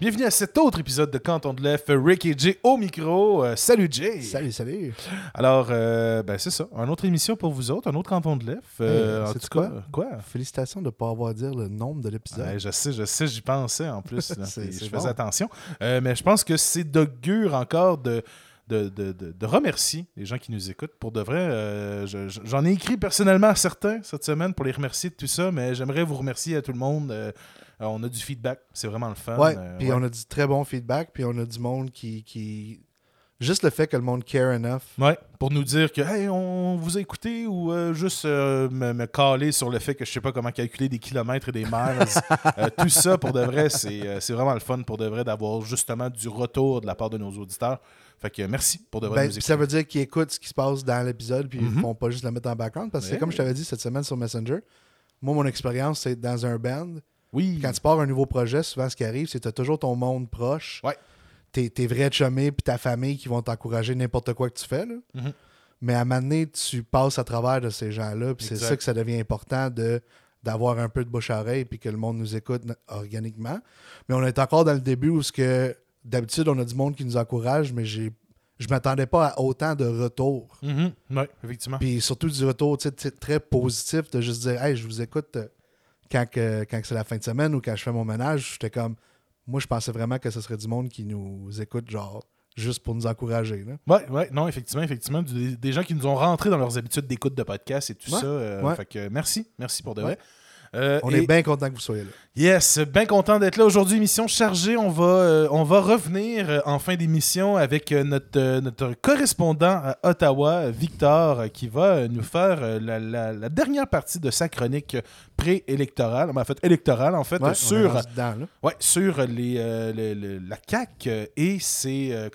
Bienvenue à cet autre épisode de Canton de l'Ef. Rick et Jay au micro. Salut Jay. Salut. Alors, c'est ça. Une autre émission pour vous autres, un autre Canton de l'Ef. En tout cas, quoi? Félicitations de ne pas avoir à dire le nombre de l'épisode. Ouais, je sais, j'y pensais en plus. Là, c'est je bon. faisais attention. Mais je pense que c'est d'augure encore de remercier les gens qui nous écoutent. Pour de vrai, j'en ai écrit personnellement à certains cette semaine pour les remercier de tout ça, mais j'aimerais vous remercier à tout le monde. On a du feedback, c'est vraiment le fun. Ouais, puis on a du très bon feedback, puis on a du monde qui... Juste le fait que le monde care enough. Ouais, pour nous dire que hey, on vous a écouté ou juste me caler sur le fait que je sais pas comment calculer des kilomètres et des miles. Tout ça, pour de vrai, c'est vraiment le fun pour de vrai d'avoir justement du retour de la part de nos auditeurs. Fait que merci pour de vrai nous écouter. Ça veut dire qu'ils écoutent ce qui se passe dans l'épisode, puis ils font pas juste le mettre en background. Parce que comme je t'avais dit cette semaine sur Messenger, moi, mon expérience, c'est dans un band. Oui. Quand tu pars un nouveau projet, souvent, ce qui arrive, c'est que tu as toujours ton monde proche. Ouais. Tes vrais chumés puis ta famille qui vont t'encourager n'importe quoi que tu fais. Là. Mm-hmm. Mais à un moment donné, tu passes à travers de ces gens-là. Puis c'est ça que ça devient important d'avoir un peu de bouche à oreille puis que le monde nous écoute organiquement. Mais on est encore dans le début où d'habitude, on a du monde qui nous encourage, mais je m'attendais pas à autant de retours. Mm-hmm. Oui, effectivement. Puis surtout du retour très positif de juste dire « Hey, je vous écoute quand c'est la fin de semaine ou quand je fais mon ménage. » J'étais comme... Moi, je pensais vraiment que ce serait du monde qui nous écoute, genre, juste pour nous encourager. Ouais, non, effectivement. Des gens qui nous ont rentré dans leurs habitudes d'écoute de podcast et tout ça. Fait que merci pour de vrai. On est bien content que vous soyez là. Yes, bien content d'être là aujourd'hui. Émission chargée. On va revenir en fin d'émission avec notre correspondant à Ottawa, Victor, qui va nous faire la dernière partie de sa chronique préélectorale, sur la CAQ et ses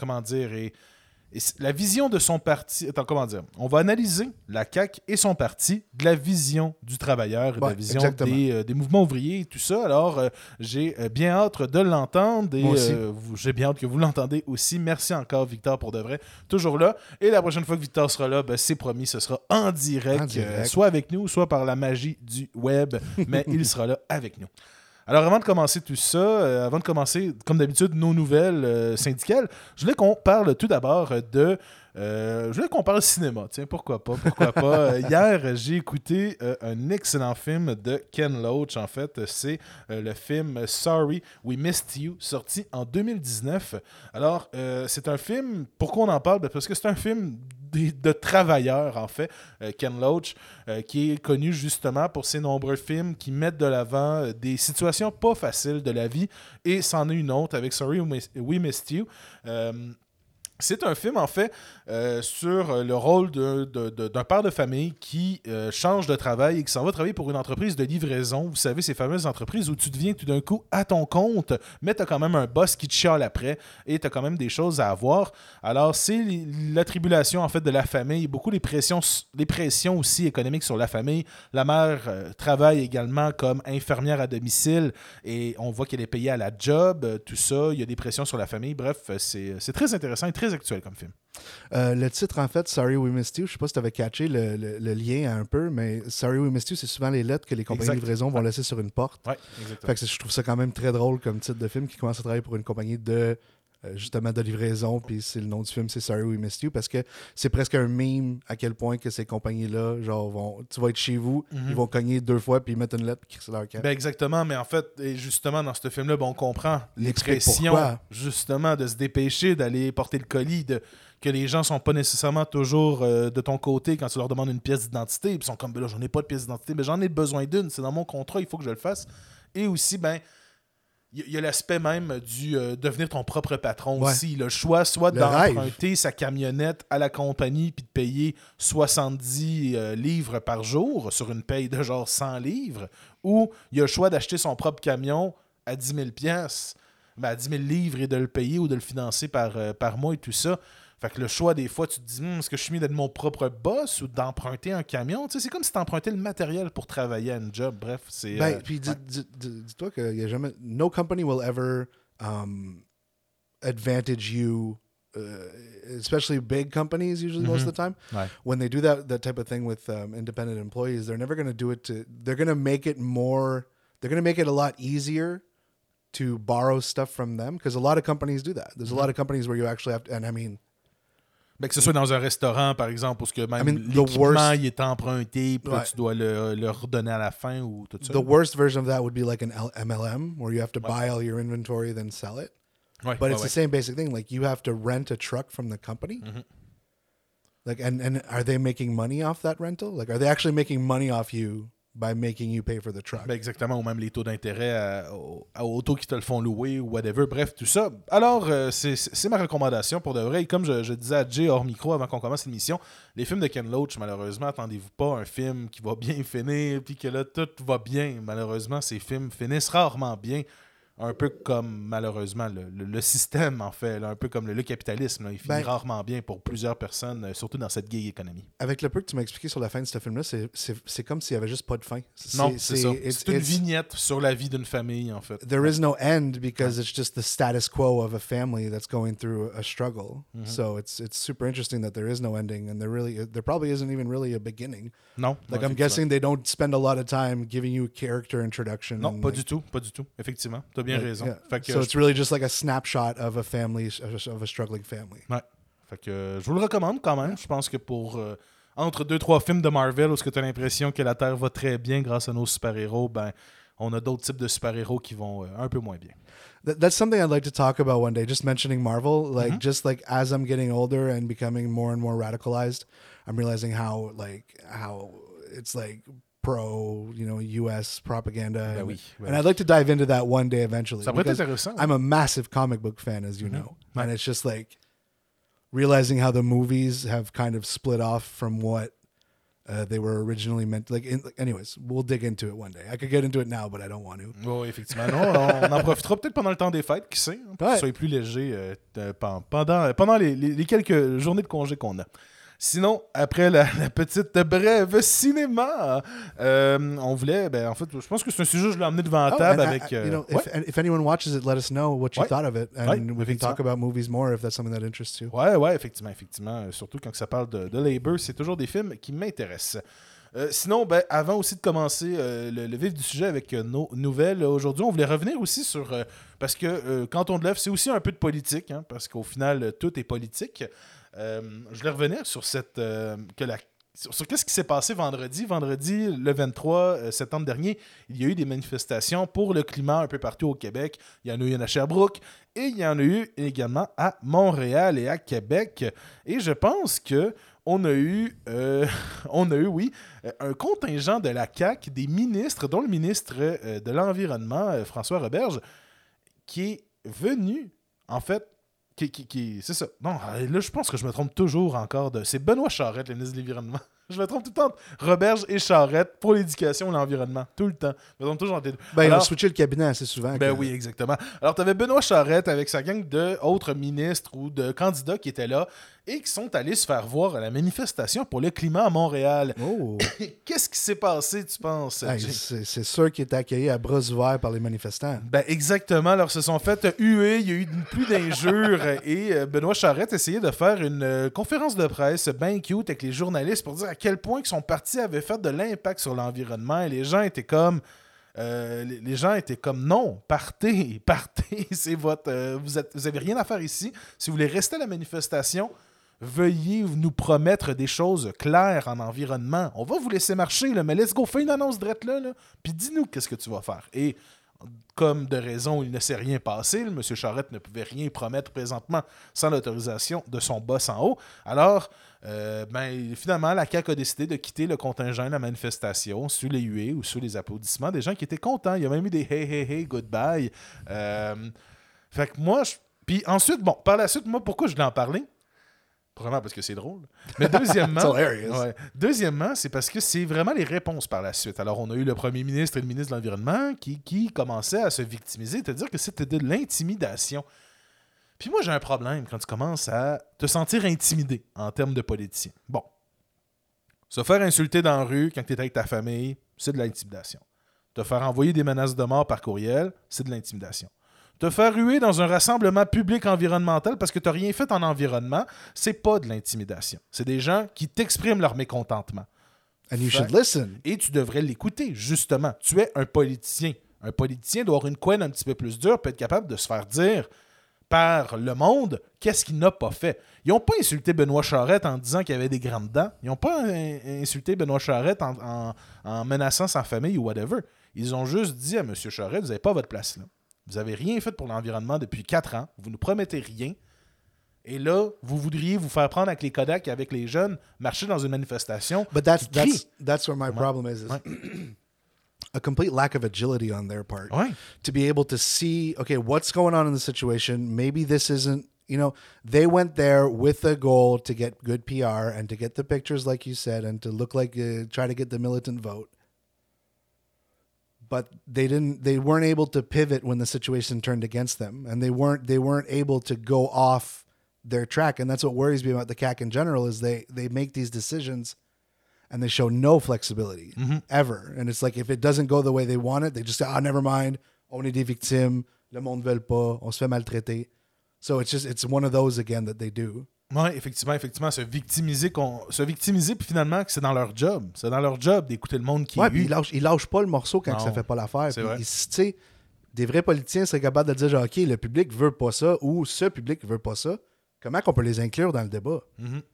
la vision de son parti. Attends, comment dire? On va analyser la CAQ et son parti, de la vision du travailleur, de la vision des mouvements ouvriers et tout ça. Alors, j'ai bien hâte de l'entendre et j'ai bien hâte que vous l'entendez aussi. Merci encore, Victor, pour de vrai. Toujours là. Et la prochaine fois que Victor sera là, c'est promis, ce sera en direct. Soit avec nous, soit par la magie du web, mais il sera là avec nous. Alors, avant de commencer tout ça, avant de commencer, comme d'habitude, nos nouvelles syndicales, je voulais qu'on parle tout d'abord je voulais qu'on parle cinéma. Tiens, pourquoi pas? Hier, j'ai écouté un excellent film de Ken Loach. En fait, c'est le film Sorry, We Missed You, sorti en 2019. Alors, c'est un film... Pourquoi on en parle? Parce que c'est un film de travailleurs, en fait. Ken Loach, qui est connu justement pour ses nombreux films qui mettent de l'avant des situations pas faciles de la vie. Et c'en est une autre avec Sorry, We Missed You. C'est un film, en fait, sur le rôle d'un père de famille qui change de travail et qui s'en va travailler pour une entreprise de livraison. Vous savez, ces fameuses entreprises où tu deviens tout d'un coup à ton compte, mais tu as quand même un boss qui te chiale après et tu as quand même des choses à avoir. Alors, c'est l'attribulation, en fait, de la famille, beaucoup les pressions aussi économiques sur la famille. La mère travaille également comme infirmière à domicile et on voit qu'elle est payée à la job, tout ça. Il y a des pressions sur la famille. Bref, c'est très intéressant et très actuel comme film. Le titre, en fait, Sorry We Missed You, je ne sais pas si tu avais catché le lien un peu, mais Sorry We Missed You, c'est souvent les lettres que les compagnies de livraison vont laisser sur une porte. Oui, exactement. Fait que je trouve ça quand même très drôle comme titre de film qui commence à travailler pour une compagnie justement de livraison, puis c'est le nom du film, c'est Sorry We Missed You, parce que c'est presque un meme à quel point que ces compagnies-là, genre, tu vas être chez vous, ils vont cogner 2 fois, puis ils mettent une lettre, puis c'est leur camp. Ben exactement, mais en fait, et justement, dans ce film-là, on comprend les pressions, justement, de se dépêcher, d'aller porter le colis, que les gens sont pas nécessairement toujours de ton côté quand tu leur demandes une pièce d'identité, puis ils sont comme, ben là, j'en ai pas de pièce d'identité, mais j'en ai besoin d'une, c'est dans mon contrat, il faut que je le fasse. Et aussi, il y a l'aspect même du devenir ton propre patron aussi. Le choix, soit d'emprunter sa camionnette à la compagnie puis de payer 70 livres par jour sur une paye de genre 100 livres, ou il y a le choix d'acheter son propre camion à 10 000 piastres, à 10 000 livres et de le payer ou de le financer par mois et tout ça. Fait que le choix, des fois, tu te dis, est-ce que je suis mieux d'être mon propre boss ou d'emprunter un camion? Tu sais, c'est comme si tu empruntais le matériel pour travailler à une job. Bref, c'est... puis dis-toi qu'il y a jamais... No company will ever advantage you, especially big companies usually most of the time. Ouais. When they do that type of thing with independent employees, they're never going to do it they're going to make it a lot easier to borrow stuff from them? Because a lot of companies do that. There's a lot of companies where you actually have to, and I mean... Ben, que ce soit dans un restaurant, par exemple, où ce que même l'équipement il est emprunté, puis là, tu dois le redonner à la fin ou tout ça. The worst version of that would be like an MLM, where you have to buy all your inventory, then sell it. Ouais, but it's the same basic thing. Like, you have to rent a truck from the company. Mm-hmm. Like, and are they making money off that rental? Like, are they actually making money off you by making you pay for the truck? Ben exactement, ou même les taux d'intérêt aux taux qui te le font louer ou whatever. Bref, tout ça. Alors, c'est ma recommandation pour de vrai. Et comme je disais à Jay hors micro avant qu'on commence l'émission, les films de Ken Loach, malheureusement, attendez-vous pas un film qui va bien finir puis que là, tout va bien. Malheureusement, ces films finissent rarement bien. Un peu comme, malheureusement, le système, en fait. Là, un peu comme le capitalisme. Là, il finit rarement bien pour plusieurs personnes, surtout dans cette gig économie. Avec le peu que tu m'as expliqué sur la fin de ce film-là, c'est comme s'il n'y avait juste pas de fin. Non, c'est ça. C'est une vignette sur la vie d'une famille, en fait. There is no end because it's just the status quo of a family that's going through a struggle. Mm-hmm. So it's super interesting that there is no ending and there probably isn't even really a beginning. Non. Like, I'm guessing they don't spend a lot of time giving you character introduction. Non, pas du tout. Pas du tout. Effectivement. T'as bien raison. Yeah. Fait que it's really just like a snapshot of a family, of a struggling family. Ouais. Fait que je vous le recommande quand même. Je pense que pour entre 2-3 films de Marvel où tu as l'impression que la Terre va très bien grâce à nos super-héros, ben on a d'autres types de super-héros qui vont un peu moins bien. That's something I'd like to talk about one day, just mentioning Marvel. Like, just like as I'm getting older and becoming more and more radicalized, I'm realizing how it's like pro, U.S. propaganda. Ben oui. And I'd like to dive into that one day eventually. Ça pourrait être intéressant. I'm a massive comic book fan, as you know. Ouais. And it's just like realizing how the movies have kind of split off from what they were originally meant. Anyways, we'll dig into it one day. I could get into it now, but I don't want to. Oui, effectivement. Non, on en profitera peut-être pendant le temps des fêtes, qui sait, pour que ce soit plus léger pendant les quelques journées de congé qu'on a. Sinon, après la petite brève cinéma, on voulait, en fait, je pense que c'est un sujet que je l'ai emmené devant la table avec... if anyone watches it, let us know what you thought of it, and we can talk about movies more if that's something that interests you. Ouais, effectivement. Surtout quand ça parle de labor, c'est toujours des films qui m'intéressent. Sinon, avant aussi de commencer le vif du sujet avec nos nouvelles, aujourd'hui, on voulait revenir aussi sur... parce que quand on lève, c'est aussi un peu de politique, hein, parce qu'au final, tout est politique. Je voulais revenir sur sur qu'est-ce qui s'est passé vendredi. Vendredi, le 23 septembre dernier, il y a eu des manifestations pour le climat un peu partout au Québec. Il y en a eu une à Sherbrooke et il y en a eu également à Montréal et à Québec. Et je pense que on a eu, un contingent de la CAQ, des ministres, dont le ministre de l'Environnement, François Roberge, qui est venu, en fait, c'est ça. Non, là, je pense que je me trompe toujours encore de... C'est Benoît Charette, le ministre de l'Environnement. Je me trompe tout le temps. Roberge et Charette pour l'éducation et l'environnement. Tout le temps. Je me trompe toujours entre les deux. Ils ont switché le cabinet assez souvent. Oui, exactement. Alors, tu avais Benoît Charette avec sa gang d'autres ministres ou de candidats qui étaient là et qui sont allés se faire voir à la manifestation pour le climat à Montréal. Oh. Qu'est-ce qui s'est passé, tu penses? C'est sûr qu'ils étaient accueillis à bras ouverts par les manifestants. Exactement. Alors, se sont fait huer. Il y a eu plus d'injures et Benoît Charette essayait de faire une conférence de presse bien cute avec les journalistes pour dire à quel point que son parti avait fait de l'impact sur l'environnement et les gens étaient comme non, partez, c'est votre vous avez rien à faire ici. Si vous voulez rester à la manifestation, veuillez nous promettre des choses claires en environnement. On va vous laisser marcher, là, mais let's go, fais une annonce drette là, puis dis-nous qu'est-ce que tu vas faire. Et comme de raison, il ne s'est rien passé. M. Charette ne pouvait rien promettre présentement sans l'autorisation de son boss en haut. Alors, finalement, la CAQ a décidé de quitter le contingent de la manifestation sous les huées ou sous les applaudissements des gens qui étaient contents. Il y a même eu des « hey, goodbye ». Fait que moi, puis ensuite, par la suite, moi, pourquoi je voulais en parler? Premièrement, parce que c'est drôle. Mais deuxièmement, c'est parce que c'est vraiment les réponses par la suite. Alors, on a eu le premier ministre et le ministre de l'Environnement qui commençaient à se victimiser, c'est-à-dire que c'était de l'intimidation. Puis moi, j'ai un problème quand tu commences à te sentir intimidé en termes de politicien. Bon. Se faire insulter dans la rue quand tu es avec ta famille, c'est de l'intimidation. Te faire envoyer des menaces de mort par courriel, c'est de l'intimidation. Te faire huer dans un rassemblement public environnemental parce que tu n'as rien fait en environnement, c'est pas de l'intimidation. C'est des gens qui t'expriment leur mécontentement. And you should listen. Et tu devrais l'écouter, justement. Tu es un politicien. Un politicien doit avoir une couenne un petit peu plus dure, peut être capable de se faire dire par le monde qu'est-ce qu'il n'a pas fait. Ils n'ont pas insulté Benoît Charette en disant qu'il avait des grandes dents. Ils n'ont pas insulté Benoît Charette en menaçant sa famille ou whatever. Ils ont juste dit à M. Charette, vous n'avez pas votre place là. Vous n'avez rien fait pour l'environnement depuis 4 ans. Vous ne nous promettez rien. Et là, vous voudriez vous faire prendre avec les Kodak et avec les jeunes, marcher dans une manifestation. But that's where my problem is a complete lack of agility on their part. Ouais. To be able to see, okay, what's going on in the situation? Maybe this isn't, they went there with a goal to get good PR and to get the pictures, like you said, and to look like, try to get the militant vote. But they weren't able to pivot when the situation turned against them. And they weren't able to go off their track. And that's what worries me about the CAC in general is they make these decisions and they show no flexibility ever. And it's like, if it doesn't go the way they want it, they just say, never mind. On est des victimes. Le monde ne veut pas. On se fait maltraiter. So it's one of those again that they do. Oui, effectivement, se victimiser, puis finalement que c'est dans leur job. C'est dans leur job d'écouter le monde qui est puis ils lâchent pas le morceau quand ça fait pas l'affaire. C'est vrai. Tu sais, des vrais politiciens seraient capables de dire genre, OK, le public veut pas ça ou ce public veut pas ça. Comment qu'on peut les inclure dans le débat?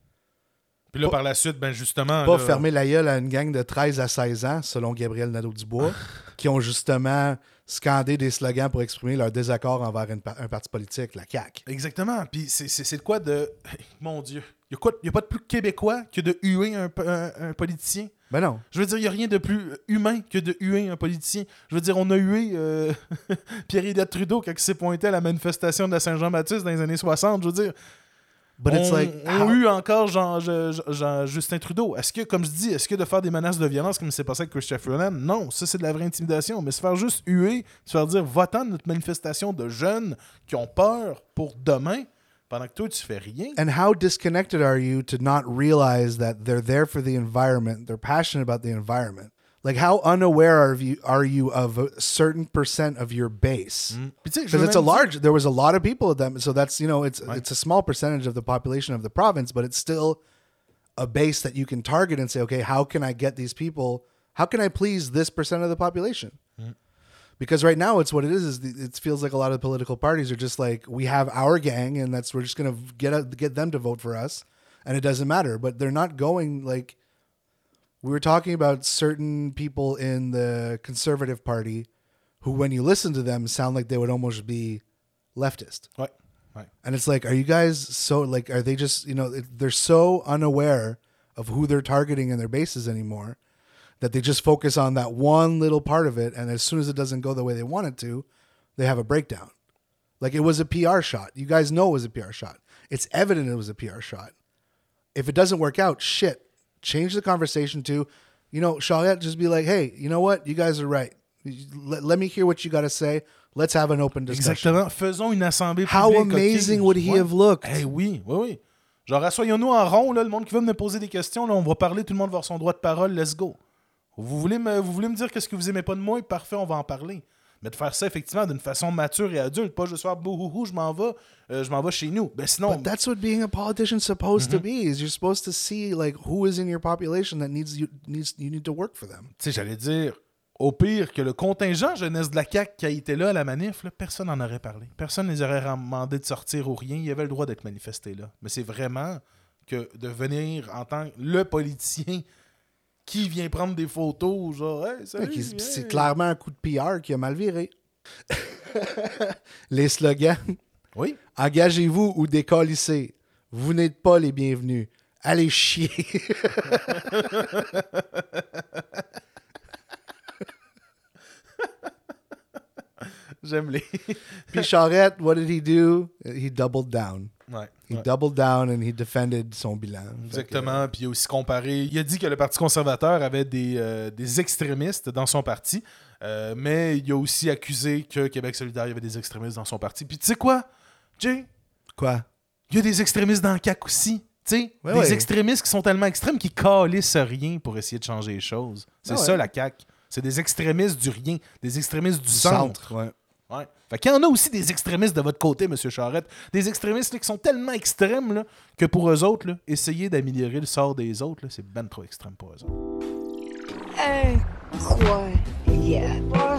Puis là, par la suite, ben justement... Pas fermer la gueule à une gang de 13 à 16 ans, selon Gabriel Nadeau-Dubois, qui ont justement scandé des slogans pour exprimer leur désaccord envers un parti politique, la CAQ. Exactement. Puis c'est de quoi de... Mon Dieu. Il n'y a pas de plus québécois que de huer un politicien. Ben non. Je veux dire, il n'y a rien de plus humain que de huer un politicien. Je veux dire, on a hué Pierre-Éliott Trudeau quand il s'est pointé à la manifestation de la Saint-Jean-Baptiste dans les années 60. Je veux dire... On a eu encore Justin Trudeau. Est-ce que, comme je dis, de faire des menaces de violence comme c'est passé avec Chrystia Freeland? Non, ça c'est de la vraie intimidation. Mais se faire juste huer, se faire dire va-t'en de notre manifestation de jeunes qui ont peur pour demain pendant que toi tu fais rien. And how disconnected are you to not realize that they're there for the environment, they're passionate about the environment? Like, how unaware are you of a certain percent of your base? Because there was a lot of people of them. So that's, it's a small percentage of the population of the province, but it's still a base that you can target and say, okay, how can I get these people? How can I please this percent of the population? Because right now it's what it is it feels like a lot of political parties are just like, we have our gang and we're just going to get them to vote for us. And it doesn't matter, but they're not going like, we were talking about certain people in the Conservative Party who, when you listen to them, sound like they would almost be leftist. Right. And it's like, are you guys so, like, are they just, they're so unaware of who they're targeting in their bases anymore that they just focus on that one little part of it. And as soon as it doesn't go the way they want it to, they have a breakdown. Like, it was a PR shot. You guys know it was a PR shot. It's evident it was a PR shot. If it doesn't work out, shit. Change the conversation to, Charlotte, just be like, hey, you know what? You guys are right. Let me hear what you got to say. Let's have an open discussion. Exactement. Faisons une assemblée publique. How amazing would he have looked? Hey, oui. Genre, assoyons-nous en rond, là, le monde qui veut me poser des questions, là, on va parler, tout le monde va avoir son droit de parole, let's go. Vous voulez me dire qu'est-ce que vous aimez pas de moi? Parfait, on va en parler. Mais de faire ça, effectivement, d'une façon mature et adulte, pas juste faire bouhouhou, je m'en vais chez nous. Ben sinon... But that's what being a politician's supposed to be, is you're supposed to see, like, who is in your population that you need to work for them. Tu sais, j'allais dire, au pire, que le contingent jeunesse de la CAQ qui a été là à la manif, là, personne n'en aurait parlé. Personne ne les aurait demandé de sortir ou rien. Il y avait le droit d'être manifesté là. Mais c'est vraiment que de venir en tant que le politicien qui vient prendre des photos, genre, hey, salut, c'est clairement un coup de PR qui a mal viré. Les slogans. Oui. Engagez-vous ou décollissez. Vous n'êtes pas les bienvenus. Allez chier. J'aime les... Puis Charette, what did he do? He doubled down. Ouais. He doubled down and he defended son bilan. Exactement. Puis il a aussi comparé... Il a dit que le Parti conservateur avait des extrémistes dans son parti, mais il a aussi accusé que Québec solidaire, il y avait des extrémistes dans son parti. Puis tu sais quoi, Jay? Quoi? Il y a des extrémistes dans le CAQ aussi. Tu sais, des extrémistes qui sont tellement extrêmes qu'ils calissent rien pour essayer de changer les choses. C'est ça, la CAQ. C'est des extrémistes du rien, des extrémistes du centre. Ouais. Fait qu'il y en a aussi des extrémistes de votre côté, M. Charette. Des extrémistes là, qui sont tellement extrêmes là, que pour eux autres, là, essayer d'améliorer le sort des autres, là, c'est ben trop extrême pour eux autres. Incroyable. Oh,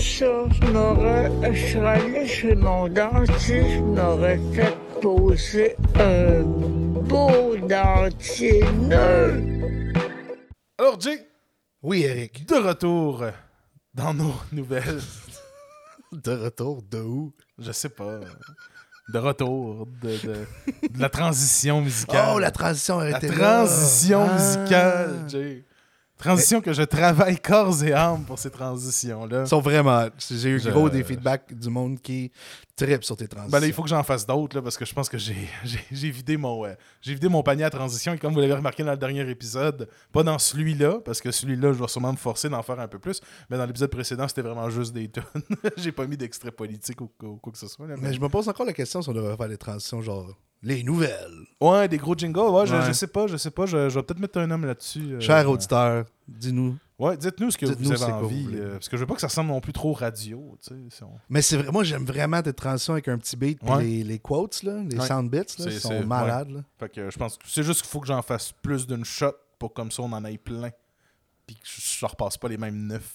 ça, je serais allé chez mon dentiste, je m'aurais fait poser un beau dentier neuf. Alors, Jay. Oui, Eric. De retour dans nos nouvelles. De retour de où? Je sais pas. De retour de la transition musicale. Oh, la transition a été La transition musicale, Jay. Transition que je travaille corps et âme pour ces transitions-là. Ils sont vraiment... J'ai eu gros des feedbacks du monde qui trippe sur tes transitions. Ben là, il faut que j'en fasse d'autres, là, parce que je pense que j'ai vidé mon panier à transition. Et comme vous l'avez remarqué dans le dernier épisode, pas dans celui-là, parce que celui-là, je vais sûrement me forcer d'en faire un peu plus, mais dans l'épisode précédent, c'était vraiment juste des tunes. J'ai pas mis d'extrait politique ou quoi que ce soit. Là, mais je me pose encore la question si on devrait faire des transitions genre... Les nouvelles. Ouais, des gros jingles. Ouais, je sais pas. Je vais peut-être mettre un homme là-dessus. Cher auditeur, dis-nous. Ouais, dites-nous ce que vous avez envie. Parce que je veux pas que ça ressemble non plus trop radio. Mais c'est vrai, moi, j'aime vraiment tes transitions avec un petit beat. Les quotes, là, les sound bits, là, sont malades. Là. Fait que je pense que c'est juste qu'il faut que j'en fasse plus d'une shot pour comme ça on en aille plein. Puis que je repasse pas les mêmes 9.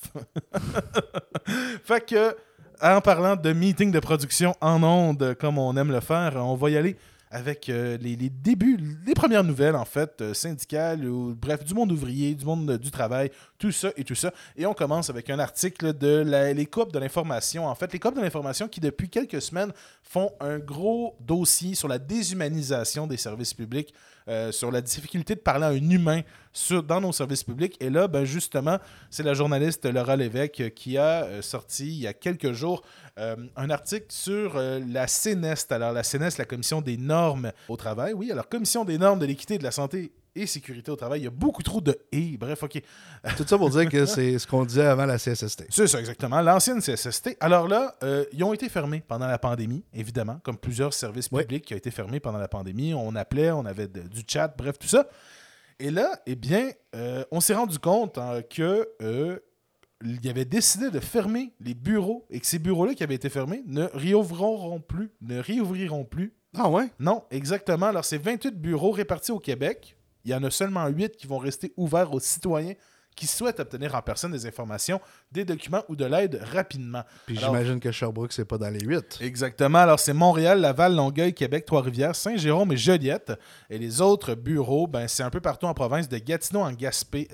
Fait que, en parlant de meeting de production en ondes, comme on aime le faire, on va y aller avec les débuts, les premières nouvelles, en fait, syndicales, bref, du monde ouvrier, du monde du travail, tout ça et tout ça. Et on commence avec un article de les Coop de l'information. En fait, les Coop de l'information qui, depuis quelques semaines, font un gros dossier sur la déshumanisation des services publics, sur la difficulté de parler à un humain dans nos services publics. Et là, ben justement, c'est la journaliste Laura Lévesque qui a sorti, il y a quelques jours, un article sur la CNEST. Alors, la CNEST, la Commission des normes au travail. Oui, alors, Commission des normes de l'équité et de la santé et sécurité au travail. Il y a beaucoup trop de « et ». Bref, OK. Tout ça pour dire que c'est ce qu'on disait avant la CSST. C'est ça, exactement. L'ancienne CSST. Alors là, ils ont été fermés pendant la pandémie, évidemment, comme plusieurs services publics qui ont été fermés pendant la pandémie. On appelait, on avait du chat, bref, tout ça. Et là, eh bien, on s'est rendu compte que il avait décidé de fermer les bureaux et que ces bureaux-là qui avaient été fermés ne réouvriront plus. Ah ouais? Non, exactement. Alors, c'est 28 bureaux répartis au Québec. Il y en a seulement 8 qui vont rester ouverts aux citoyens qui souhaitent obtenir en personne des informations, des documents ou de l'aide rapidement. Puis j'imagine que Sherbrooke, c'est pas dans les 8. Exactement. Alors, c'est Montréal, Laval, Longueuil, Québec, Trois-Rivières, Saint-Jérôme et Joliette. Et les autres bureaux, ben, c'est un peu partout en province, de Gatineau à Gaspé,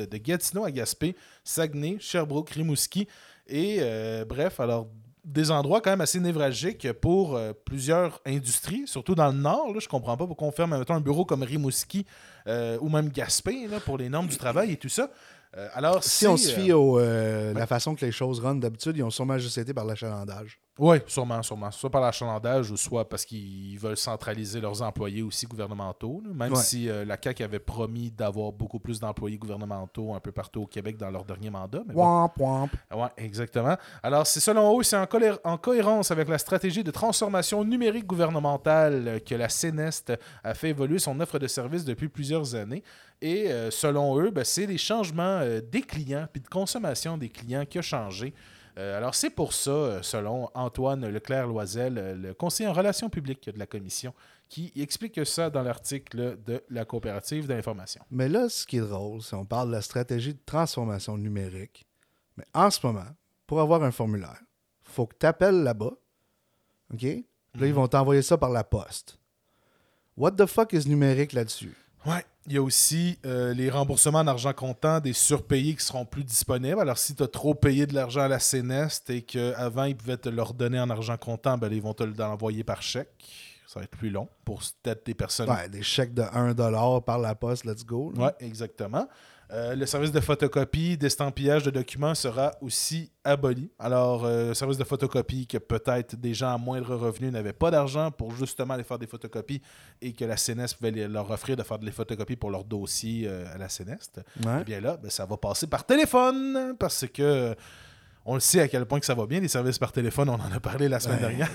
Saguenay, Sherbrooke, Rimouski. Et bref, alors, des endroits quand même assez névralgiques pour plusieurs industries, surtout dans le Nord. Là, je comprends pas pourquoi on ferme un bureau comme Rimouski ou même Gaspé là, pour les normes du travail et tout ça. Alors, si on se fie la façon que les choses rendent d'habitude, ils ont sûrement juste été par l'achalandage. Oui, sûrement. Soit par l'achalandage ou soit parce qu'ils veulent centraliser leurs employés aussi gouvernementaux. Là, même si la CAQ avait promis d'avoir beaucoup plus d'employés gouvernementaux un peu partout au Québec dans leur dernier mandat. Oui, exactement. Alors, c'est selon eux, c'est en cohérence avec la stratégie de transformation numérique gouvernementale que la CNEST a fait évoluer son offre de services depuis plusieurs années. Et selon eux, ben, c'est les changements des clients puis de consommation des clients qui a changé. Alors, c'est pour ça, selon Antoine Leclerc-Loisel, le conseiller en relations publiques de la Commission, qui explique ça dans l'article de la coopérative d'information. Mais là, ce qui est drôle, c'est qu'on parle de la stratégie de transformation numérique. Mais en ce moment, pour avoir un formulaire, il faut que tu appelles là-bas. OK? Puis là, ils vont t'envoyer ça par la poste. What the fuck is numérique là-dessus? Ouais. Il y a aussi les remboursements en argent comptant des surpayés qui seront plus disponibles. Alors, si tu as trop payé de l'argent à la CNEST et qu'avant, ils pouvaient te le redonner en argent comptant, ben, ils vont te l'envoyer par chèque. Ça va être plus long pour peut-être des personnes. Ouais, des chèques de 1$ par la poste, let's go. Oui, exactement. Le service de photocopie, d'estampillage de documents sera aussi aboli. Alors, le service de photocopie que peut-être des gens à moindre revenu n'avaient pas d'argent pour justement aller faire des photocopies et que la CNEST pouvait leur offrir de faire des photocopies pour leur dossier à la CNEST. Eh bien là, ben, ça va passer par téléphone parce que on le sait à quel point que ça va bien, les services par téléphone. On en a parlé la semaine dernière.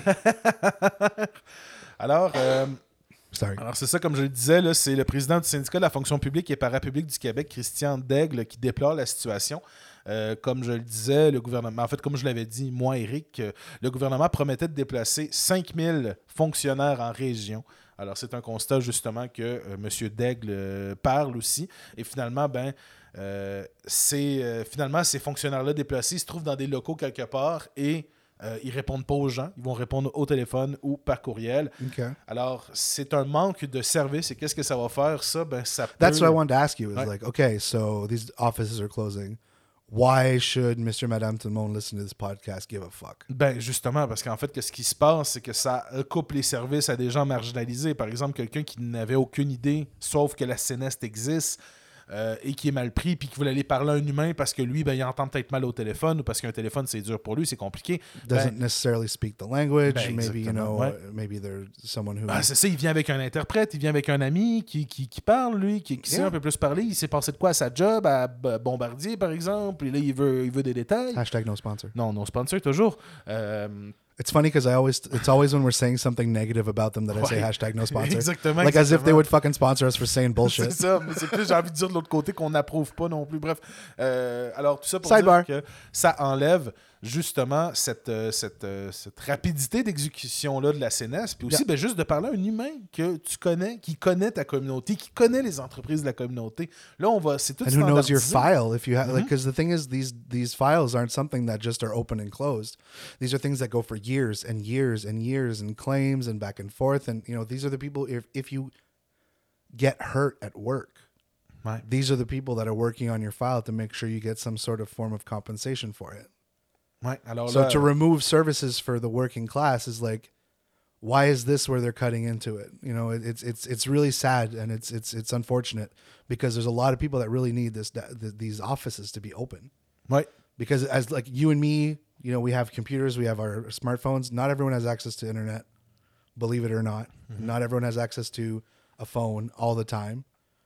Alors... Alors, c'est ça, comme je le disais, là, c'est le président du syndicat de la fonction publique et parapublique du Québec, Christian Daigle, qui déplore la situation. Comme je le disais, le gouvernement, en fait, comme je l'avais dit, moi, Eric, le gouvernement promettait de déplacer 5000 fonctionnaires en région. Alors, c'est un constat, justement, que M. Daigle parle aussi. Et finalement, ben, finalement, ces fonctionnaires-là déplacés se trouvent dans des locaux quelque part et ils répondent pas aux gens. Ils vont répondre au téléphone ou par courriel. Okay. Alors, c'est un manque de service. Et qu'est-ce que ça va faire, ça? Ben, ça peut... That's what I wanted to ask you. Is like, okay, so these offices are closing. Why should Mr. Madame Tout le monde listen to this podcast? Give a fuck. Ben, justement, parce qu'en fait, ce qui se passe, c'est que ça coupe les services à des gens marginalisés. Par exemple, quelqu'un qui n'avait aucune idée, sauf que la CNEST existe, et qui est mal pris, puis qui voulait aller parler à un humain parce que lui, ben, il entend peut-être mal au téléphone, ou parce qu'un téléphone, c'est dur pour lui, c'est compliqué. Doesn't necessarily speak the language. Ben, maybe, you know, maybe there's someone who... Ben, c'est ça, il vient avec un interprète, il vient avec un ami qui parle, lui, qui sait un peu plus parler. Il s'est passé de quoi à sa job, à Bombardier, par exemple, et là, il veut des détails. Hashtag no sponsor. Non, no sponsor, toujours. It's funny because it's always when we're saying something negative about them that I say hashtag no sponsor. Exactement. Like as if they would fucking sponsor us for saying bullshit. C'est ça, mais c'est plus, j'ai envie de dire de l'autre côté qu'on n'approuve pas non plus. Bref, alors tout ça pour Sidebar. dire que ça enlève justement cette rapidité d'exécution-là de la CNES, puis aussi ben, juste de parler à un humain que tu connais, qui connaît ta communauté, qui connaît les entreprises de la communauté. Là, c'est tout standardisé. And who knows your file if you have, like, because the thing is, these files aren't something that just are open and closed. These are things that go for years and years and years and claims and back and forth. And, you know, these are the people, if you get hurt at work, right, these are the people that are working on your file to make sure you get some sort of form of compensation for it. Ouais, alors so là, to remove services for the working class is like, why is this where they're cutting into it? You know, it's really sad, and it's unfortunate because there's a lot of people that really need these offices to be open. Ouais. Because as like you and me, you know, we have computers, we have our smartphones. Not everyone has access to internet, believe it or not. Mm-hmm. Not everyone has access to a phone all the time.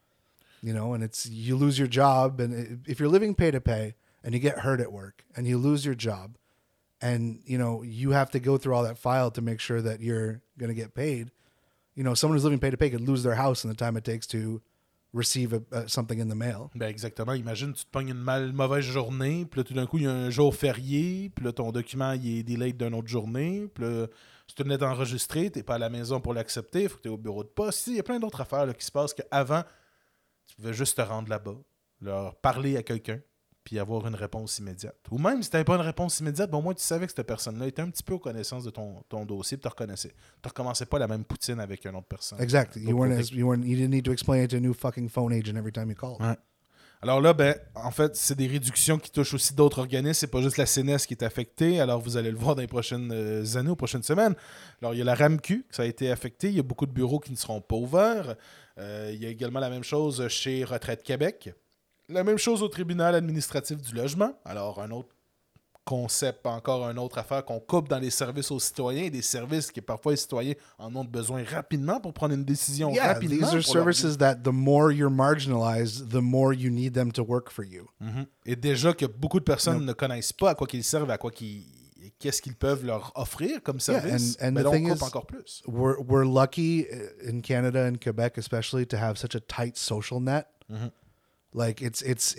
You know, and you lose your job, and if you're living pay to pay, and you get hurt at work and you lose your job and, you know, you have to go through all that file to make sure that you're going to get paid. You know, someone who's living pay to pay could lose their house in the time it takes to receive something in the mail. Ben exactement. Imagine, tu te pognes une mauvaise journée, puis là, tout d'un coup, il y a un jour férié, puis là, ton document, il est delayed d'une autre journée, puis là, si tu venais d'enregistrer, t'es pas à la maison pour l'accepter, il faut que tu es au bureau de poste. Il y a plein d'autres affaires là, qui se passent qu'avant, tu pouvais juste te rendre là-bas, leur parler à quelqu'un, puis avoir une réponse immédiate. Ou même si tu n'avais pas une réponse immédiate, bon, au moins tu savais que cette personne-là était un petit peu aux connaissances de ton dossier, puis tu reconnaissais. Tu recommençais pas la même poutine avec une autre personne. Exact. You didn't need to explain it to a new fucking phone agent every time you called. Ouais. Alors là, ben, en fait, c'est des réductions qui touchent aussi d'autres organismes. C'est pas juste la CNES qui est affectée. Alors, vous allez le voir dans les prochaines années, aux prochaines semaines. Alors, il y a la RAMQ, ça a été affecté. Il y a beaucoup de bureaux qui ne seront pas ouverts. Il y a également la même chose chez Retraite Québec. La même chose au tribunal administratif du logement. Alors, un autre concept, encore une autre affaire qu'on coupe dans les services aux citoyens, des services que parfois les citoyens en ont besoin rapidement pour prendre une décision rapidement. These are services that the more you're marginalized, the more you need them to work for you. Mm-hmm. Et déjà que beaucoup de personnes ne connaissent pas à quoi qu'ils servent, qu'est-ce qu'ils peuvent leur offrir comme service, and ben the là, thing on coupe is, encore plus. We're lucky in Canada and Quebec especially to have such a tight social net. Mm-hmm. Like it's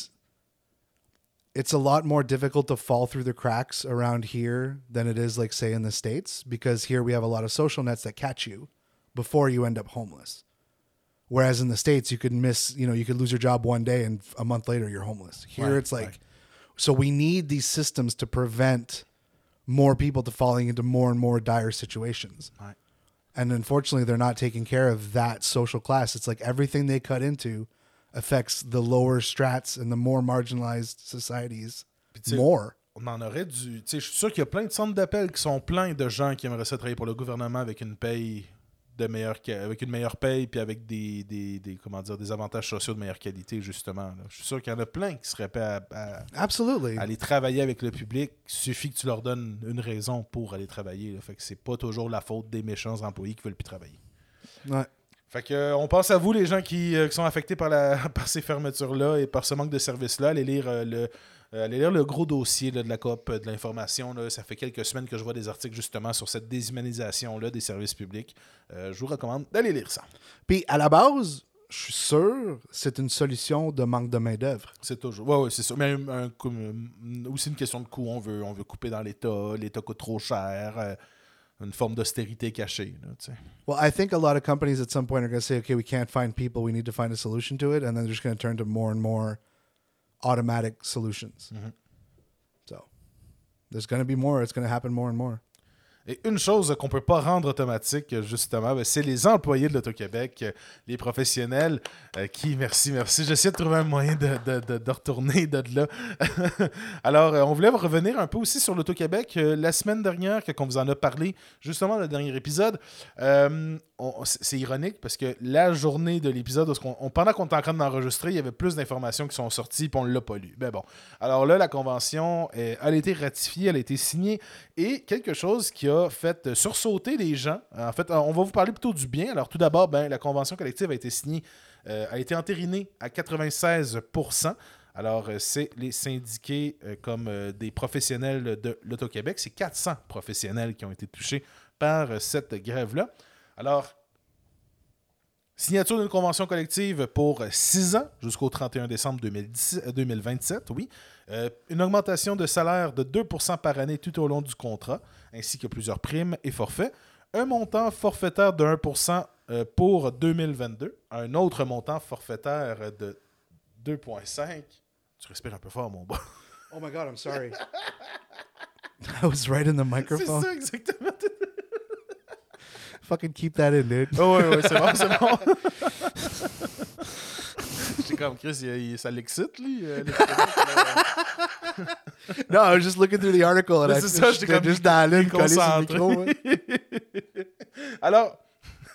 a lot more difficult to fall through the cracks around here than it is, like, say, in the States, because here we have a lot of social nets that catch you before you end up homeless. Whereas in the States, you could you could lose your job one day and a month later you're homeless. Here it's like, so we need these systems to prevent more people to falling into more and more dire situations. Right. And unfortunately, they're not taking care of that social class. It's like everything they cut into affects the lower strats and the more marginalized societies more. On en aurait dû... Je suis sûr qu'il y a plein de centres d'appel qui sont pleins de gens qui aimeraient ça travailler pour le gouvernement avec une paye avec une meilleure paye puis avec des avantages sociaux de meilleure qualité, justement. Là. Je suis sûr qu'il y en a plein qui seraient prêts à aller travailler avec le public. Il suffit que tu leur donnes une raison pour aller travailler. Là. Fait que c'est pas toujours la faute des méchants employés qui veulent plus travailler. Ouais. Fait que, on pense à vous, les gens qui sont affectés par ces fermetures-là et par ce manque de services-là. Allez lire le gros dossier là, de la Coop de l'information. Là. Ça fait quelques semaines que je vois des articles justement sur cette déshumanisation-là des services publics. Je vous recommande d'aller lire ça. Puis, à la base, je suis sûr c'est une solution de manque de main-d'œuvre. C'est toujours. Oui, c'est ça. Mais aussi une question de coût. On veut couper dans l'État. L'État coûte trop cher. Une forme d'austérité cachée. Là, well, I think a lot of companies at some point are going to say, okay, we can't find people, we need to find a solution to it, and then they're just going to turn to more and more automatic solutions. Mm-hmm. So, there's going to be more. It's going to happen more and more. Et une chose qu'on ne peut pas rendre automatique, justement, c'est les employés de l'Auto-Québec, les professionnels qui... Merci. J'essaie de trouver un moyen de retourner de là. Alors, on voulait revenir un peu aussi sur l'Auto-Québec. La semaine dernière, quand on vous en a parlé, justement, dans le dernier épisode, c'est ironique parce que la journée de l'épisode, pendant qu'on était en train d'enregistrer, il y avait plus d'informations qui sont sorties et on ne l'a pas lu. Ben bon. Alors là, la convention, elle a été ratifiée, elle a été signée et quelque chose qui a fait sursauter les gens. En fait, on va vous parler plutôt du bien. Alors tout d'abord, la convention collective a été signée, a été entérinée à 96%. Alors, c'est les syndiqués comme des professionnels de l'Auto-Québec. C'est 400 professionnels qui ont été touchés par cette grève-là. Alors, signature d'une convention collective pour 6 ans, jusqu'au 31 décembre 2027, oui. Une augmentation de salaire de 2% par année tout au long du contrat, ainsi que plusieurs primes et forfaits. Un montant forfaitaire de 1% pour 2022. Un autre montant forfaitaire de 2,5%. Tu respires un peu fort, mon bas. Oh my God, I'm sorry. I was right in the microphone. C'est ça, exactement. Fucking keep that in, dude. Oh, ouais, c'est bon. J'étais comme Chris, ça l'excite, lui. No, I was just looking through the article and c'est ça, j'étais comme juste dans la collé sur le micro. Alors,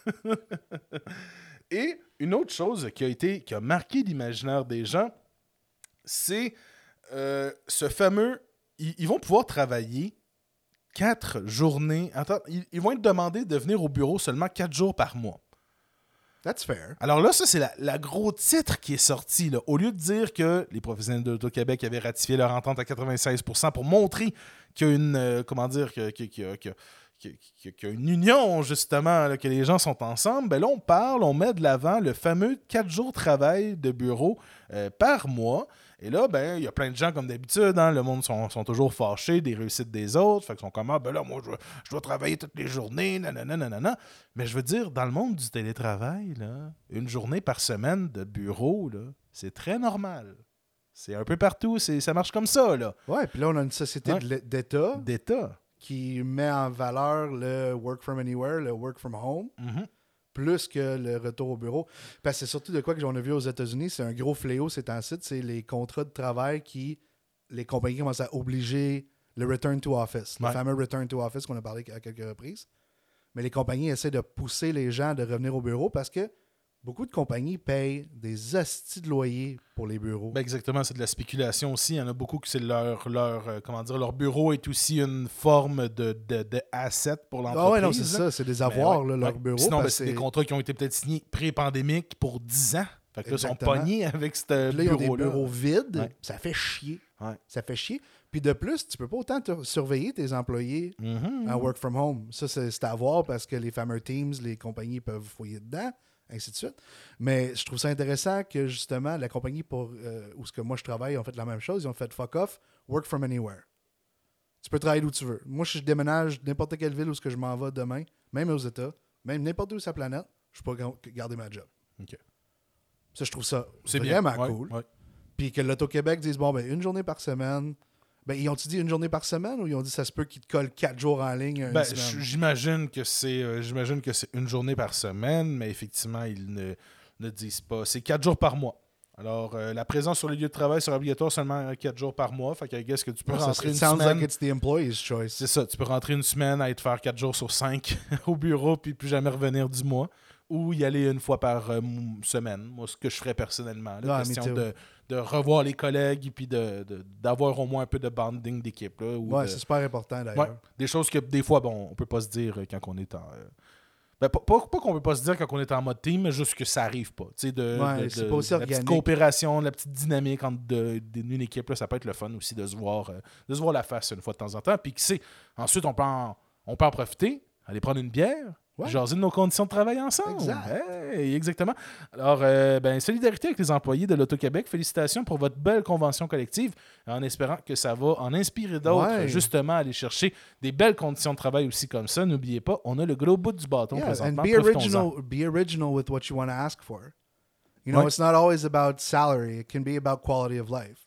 et une autre chose qui a marqué l'imaginaire des gens, c'est ce fameux... Ils vont pouvoir travailler 4 journées. Attends, ils vont être demandés de venir au bureau seulement 4 jours par mois. That's fair. Alors là, ça, c'est la gros titre qui est sorti. Là. Au lieu de dire que les professionnels de l'Auto-Québec avaient ratifié leur entente à 96% pour montrer qu'il y a une... qu'il y a une union, justement, là, que les gens sont ensemble, ben là, on met de l'avant le fameux 4 jours de travail de bureau par mois. Et là, il y a plein de gens, comme d'habitude, hein, le monde sont toujours fâchés des réussites des autres. Fait qu'ils sont comme, là, moi, je dois travailler toutes les journées, nanana. Mais je veux dire, dans le monde du télétravail, là, une journée par semaine de bureau, là, c'est très normal. C'est un peu partout, ça marche comme ça, là. Ouais, puis là, on a une société d'État qui met en valeur le work from anywhere, le work from home, plus que le retour au bureau. Parce que c'est surtout de quoi que j'en ai vu aux États-Unis, c'est un gros fléau ces temps-ci, c'est les contrats de travail qui, les compagnies commencent à obliger le return to office, le fameux return to office qu'on a parlé à quelques reprises. Mais les compagnies essaient de pousser les gens de revenir au bureau parce que beaucoup de compagnies payent des hosties de loyer pour les bureaux. Exactement, c'est de la spéculation aussi. Il y en a beaucoup que c'est leur bureau est aussi une forme de asset pour l'entreprise. Ah ouais, non, c'est ça, c'est des avoirs, leur bureau. Sinon, c'est des contrats qui ont été peut-être signés pré-pandémiques pour 10 ans. Fait que là, ils sont pognés avec ce bureau-là. Ils ont des bureaux vides. Ça fait chier. Ouais. Ça fait chier. Puis de plus, tu peux pas autant surveiller tes employés à work from home. Ça, c'est à voir parce que les fameux Teams, les compagnies peuvent fouiller dedans, ainsi de suite. Mais je trouve ça intéressant que, justement, la compagnie où ce que moi je travaille ont fait la même chose. Ils ont fait fuck off, work from anywhere. Tu peux travailler d'où tu veux. Moi, si je déménage n'importe quelle ville où ce que je m'en vais demain, même aux États, même n'importe où sur la planète, je peux garder ma job. OK. Ça, je trouve ça c'est vraiment bien. cool. Ouais. Puis que l'Auto-Québec dise, une journée par semaine. Ils ont-tu dit une journée par semaine ou ils ont dit ça se peut qu'ils te collent 4 jours en ligne une semaine? J'imagine que c'est une journée par semaine, mais effectivement, ils ne disent pas. C'est 4 jours par mois. Alors, la présence sur les lieux de travail sera obligatoire seulement 4 jours par mois. Fait que, I guess que tu peux rentrer une semaine. Sounds like it's the employee's choice. C'est ça. Tu peux rentrer une semaine à te faire 4 jours sur 5 au bureau puis plus jamais revenir du mois. Ou y aller une fois par semaine. Moi, ce que je ferais personnellement. La question de revoir les collègues et puis d'avoir au moins un peu de bonding d'équipe. Là, c'est super important d'ailleurs. Ouais, des choses que des fois, on peut pas se dire quand on est en... pas qu'on peut pas se dire quand on est en mode team, mais juste que ça arrive pas. C'est pas aussi la petite coopération, la petite dynamique entre une équipe, là, ça peut être le fun aussi de se voir la face une fois de temps en temps. Puis qui sait, ensuite, on peut en profiter, aller prendre une bière, jaser de nos conditions de travail ensemble. Exact. Hey, exactement. Alors, solidarité avec les employés de l'Auto-Québec. Félicitations pour votre belle convention collective, en espérant que ça va en inspirer d'autres, justement, aller chercher des belles conditions de travail aussi comme ça. N'oubliez pas, on a le gros bout du bâton présentement. And be original with what you want to ask for. You know, it's not always about salary. It can be about quality of life.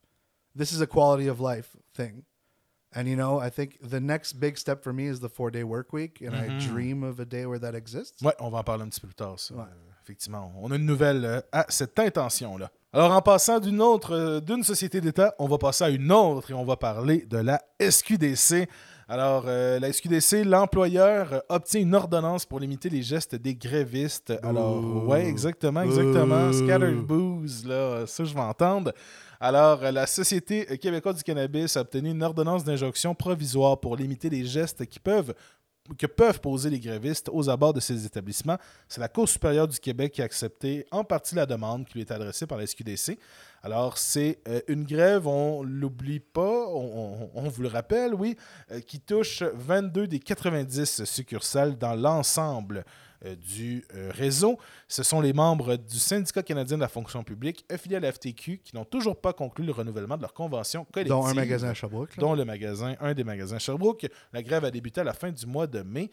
this is a quality of life thing. And, I think the next big step for me is the 4-day work week. And I dream of a day where that exists. Ouais, on va en parler un petit peu plus tard, ça. Ouais. Effectivement, on a une nouvelle à cette intention-là. Alors, en passant d'une société d'État, on va passer à une autre et on va parler de la SQDC. Alors, la SQDC, l'employeur obtient une ordonnance pour limiter les gestes des grévistes. Alors, ouais, exactement. Scattered boos, là, ça, je vais entendre. Alors, la Société québécoise du cannabis a obtenu une ordonnance d'injonction provisoire pour limiter les gestes que peuvent poser les grévistes aux abords de ces établissements. C'est la Cour supérieure du Québec qui a accepté en partie la demande qui lui est adressée par la SQDC. Alors, c'est une grève, on ne l'oublie pas, on vous le rappelle, oui, qui touche 22 des 90 succursales dans l'ensemble du réseau. Ce sont les membres du Syndicat canadien de la fonction publique, affiliés à la FTQ, qui n'ont toujours pas conclu le renouvellement de leur convention collective. Dont un magasin à Sherbrooke. Dont un des magasins à Sherbrooke. La grève a débuté à la fin du mois de mai.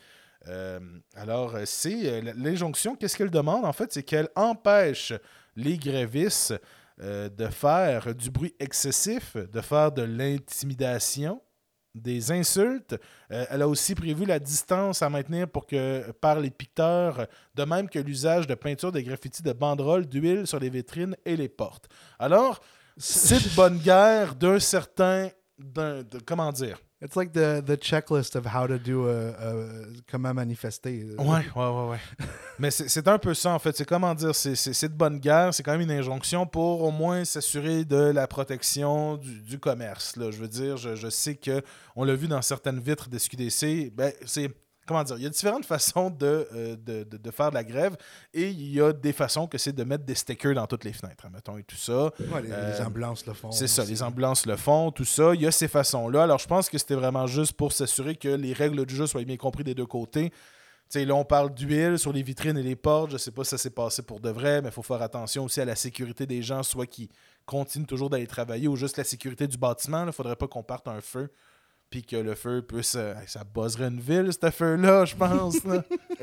Alors, c'est l'injonction. Qu'est-ce qu'elle demande? En fait, c'est qu'elle empêche les grévistes de faire du bruit excessif, de faire de l'intimidation, des insultes. Elle a aussi prévu la distance à maintenir par les picteurs, de même que l'usage de peinture de graffiti de banderoles d'huile sur les vitrines et les portes. Alors, c'est de bonne guerre d'un certain... comment dire? It's like the checklist of how to do comment manifester. Ouais. Mais c'est un peu ça, en fait. C'est comment dire, c'est de bonne guerre. C'est quand même une injonction pour au moins s'assurer de la protection du commerce. Là. Je veux dire, je sais qu'on l'a vu dans certaines vitres des SQDC. Ben, c'est... Comment dire? Il y a différentes façons de faire de la grève et il y a des façons que c'est de mettre des stickers dans toutes les fenêtres, admettons, et tout ça. Ouais, les ambulances le font. C'est aussi. ça, les ambulances le font, tout ça. Il y a ces façons-là. Alors, je pense que c'était vraiment juste pour s'assurer que les règles du jeu soient bien comprises des deux côtés. T'sais, là, on parle d'huile sur les vitrines et les portes. Je ne sais pas si ça s'est passé pour de vrai, mais il faut faire attention aussi à la sécurité des gens, soit qui continuent toujours d'aller travailler ou juste la sécurité du bâtiment. Il ne faudrait pas qu'on parte un feu puis que le feu puisse... ça buzzerait une ville, ce feu-là, je pense. Là.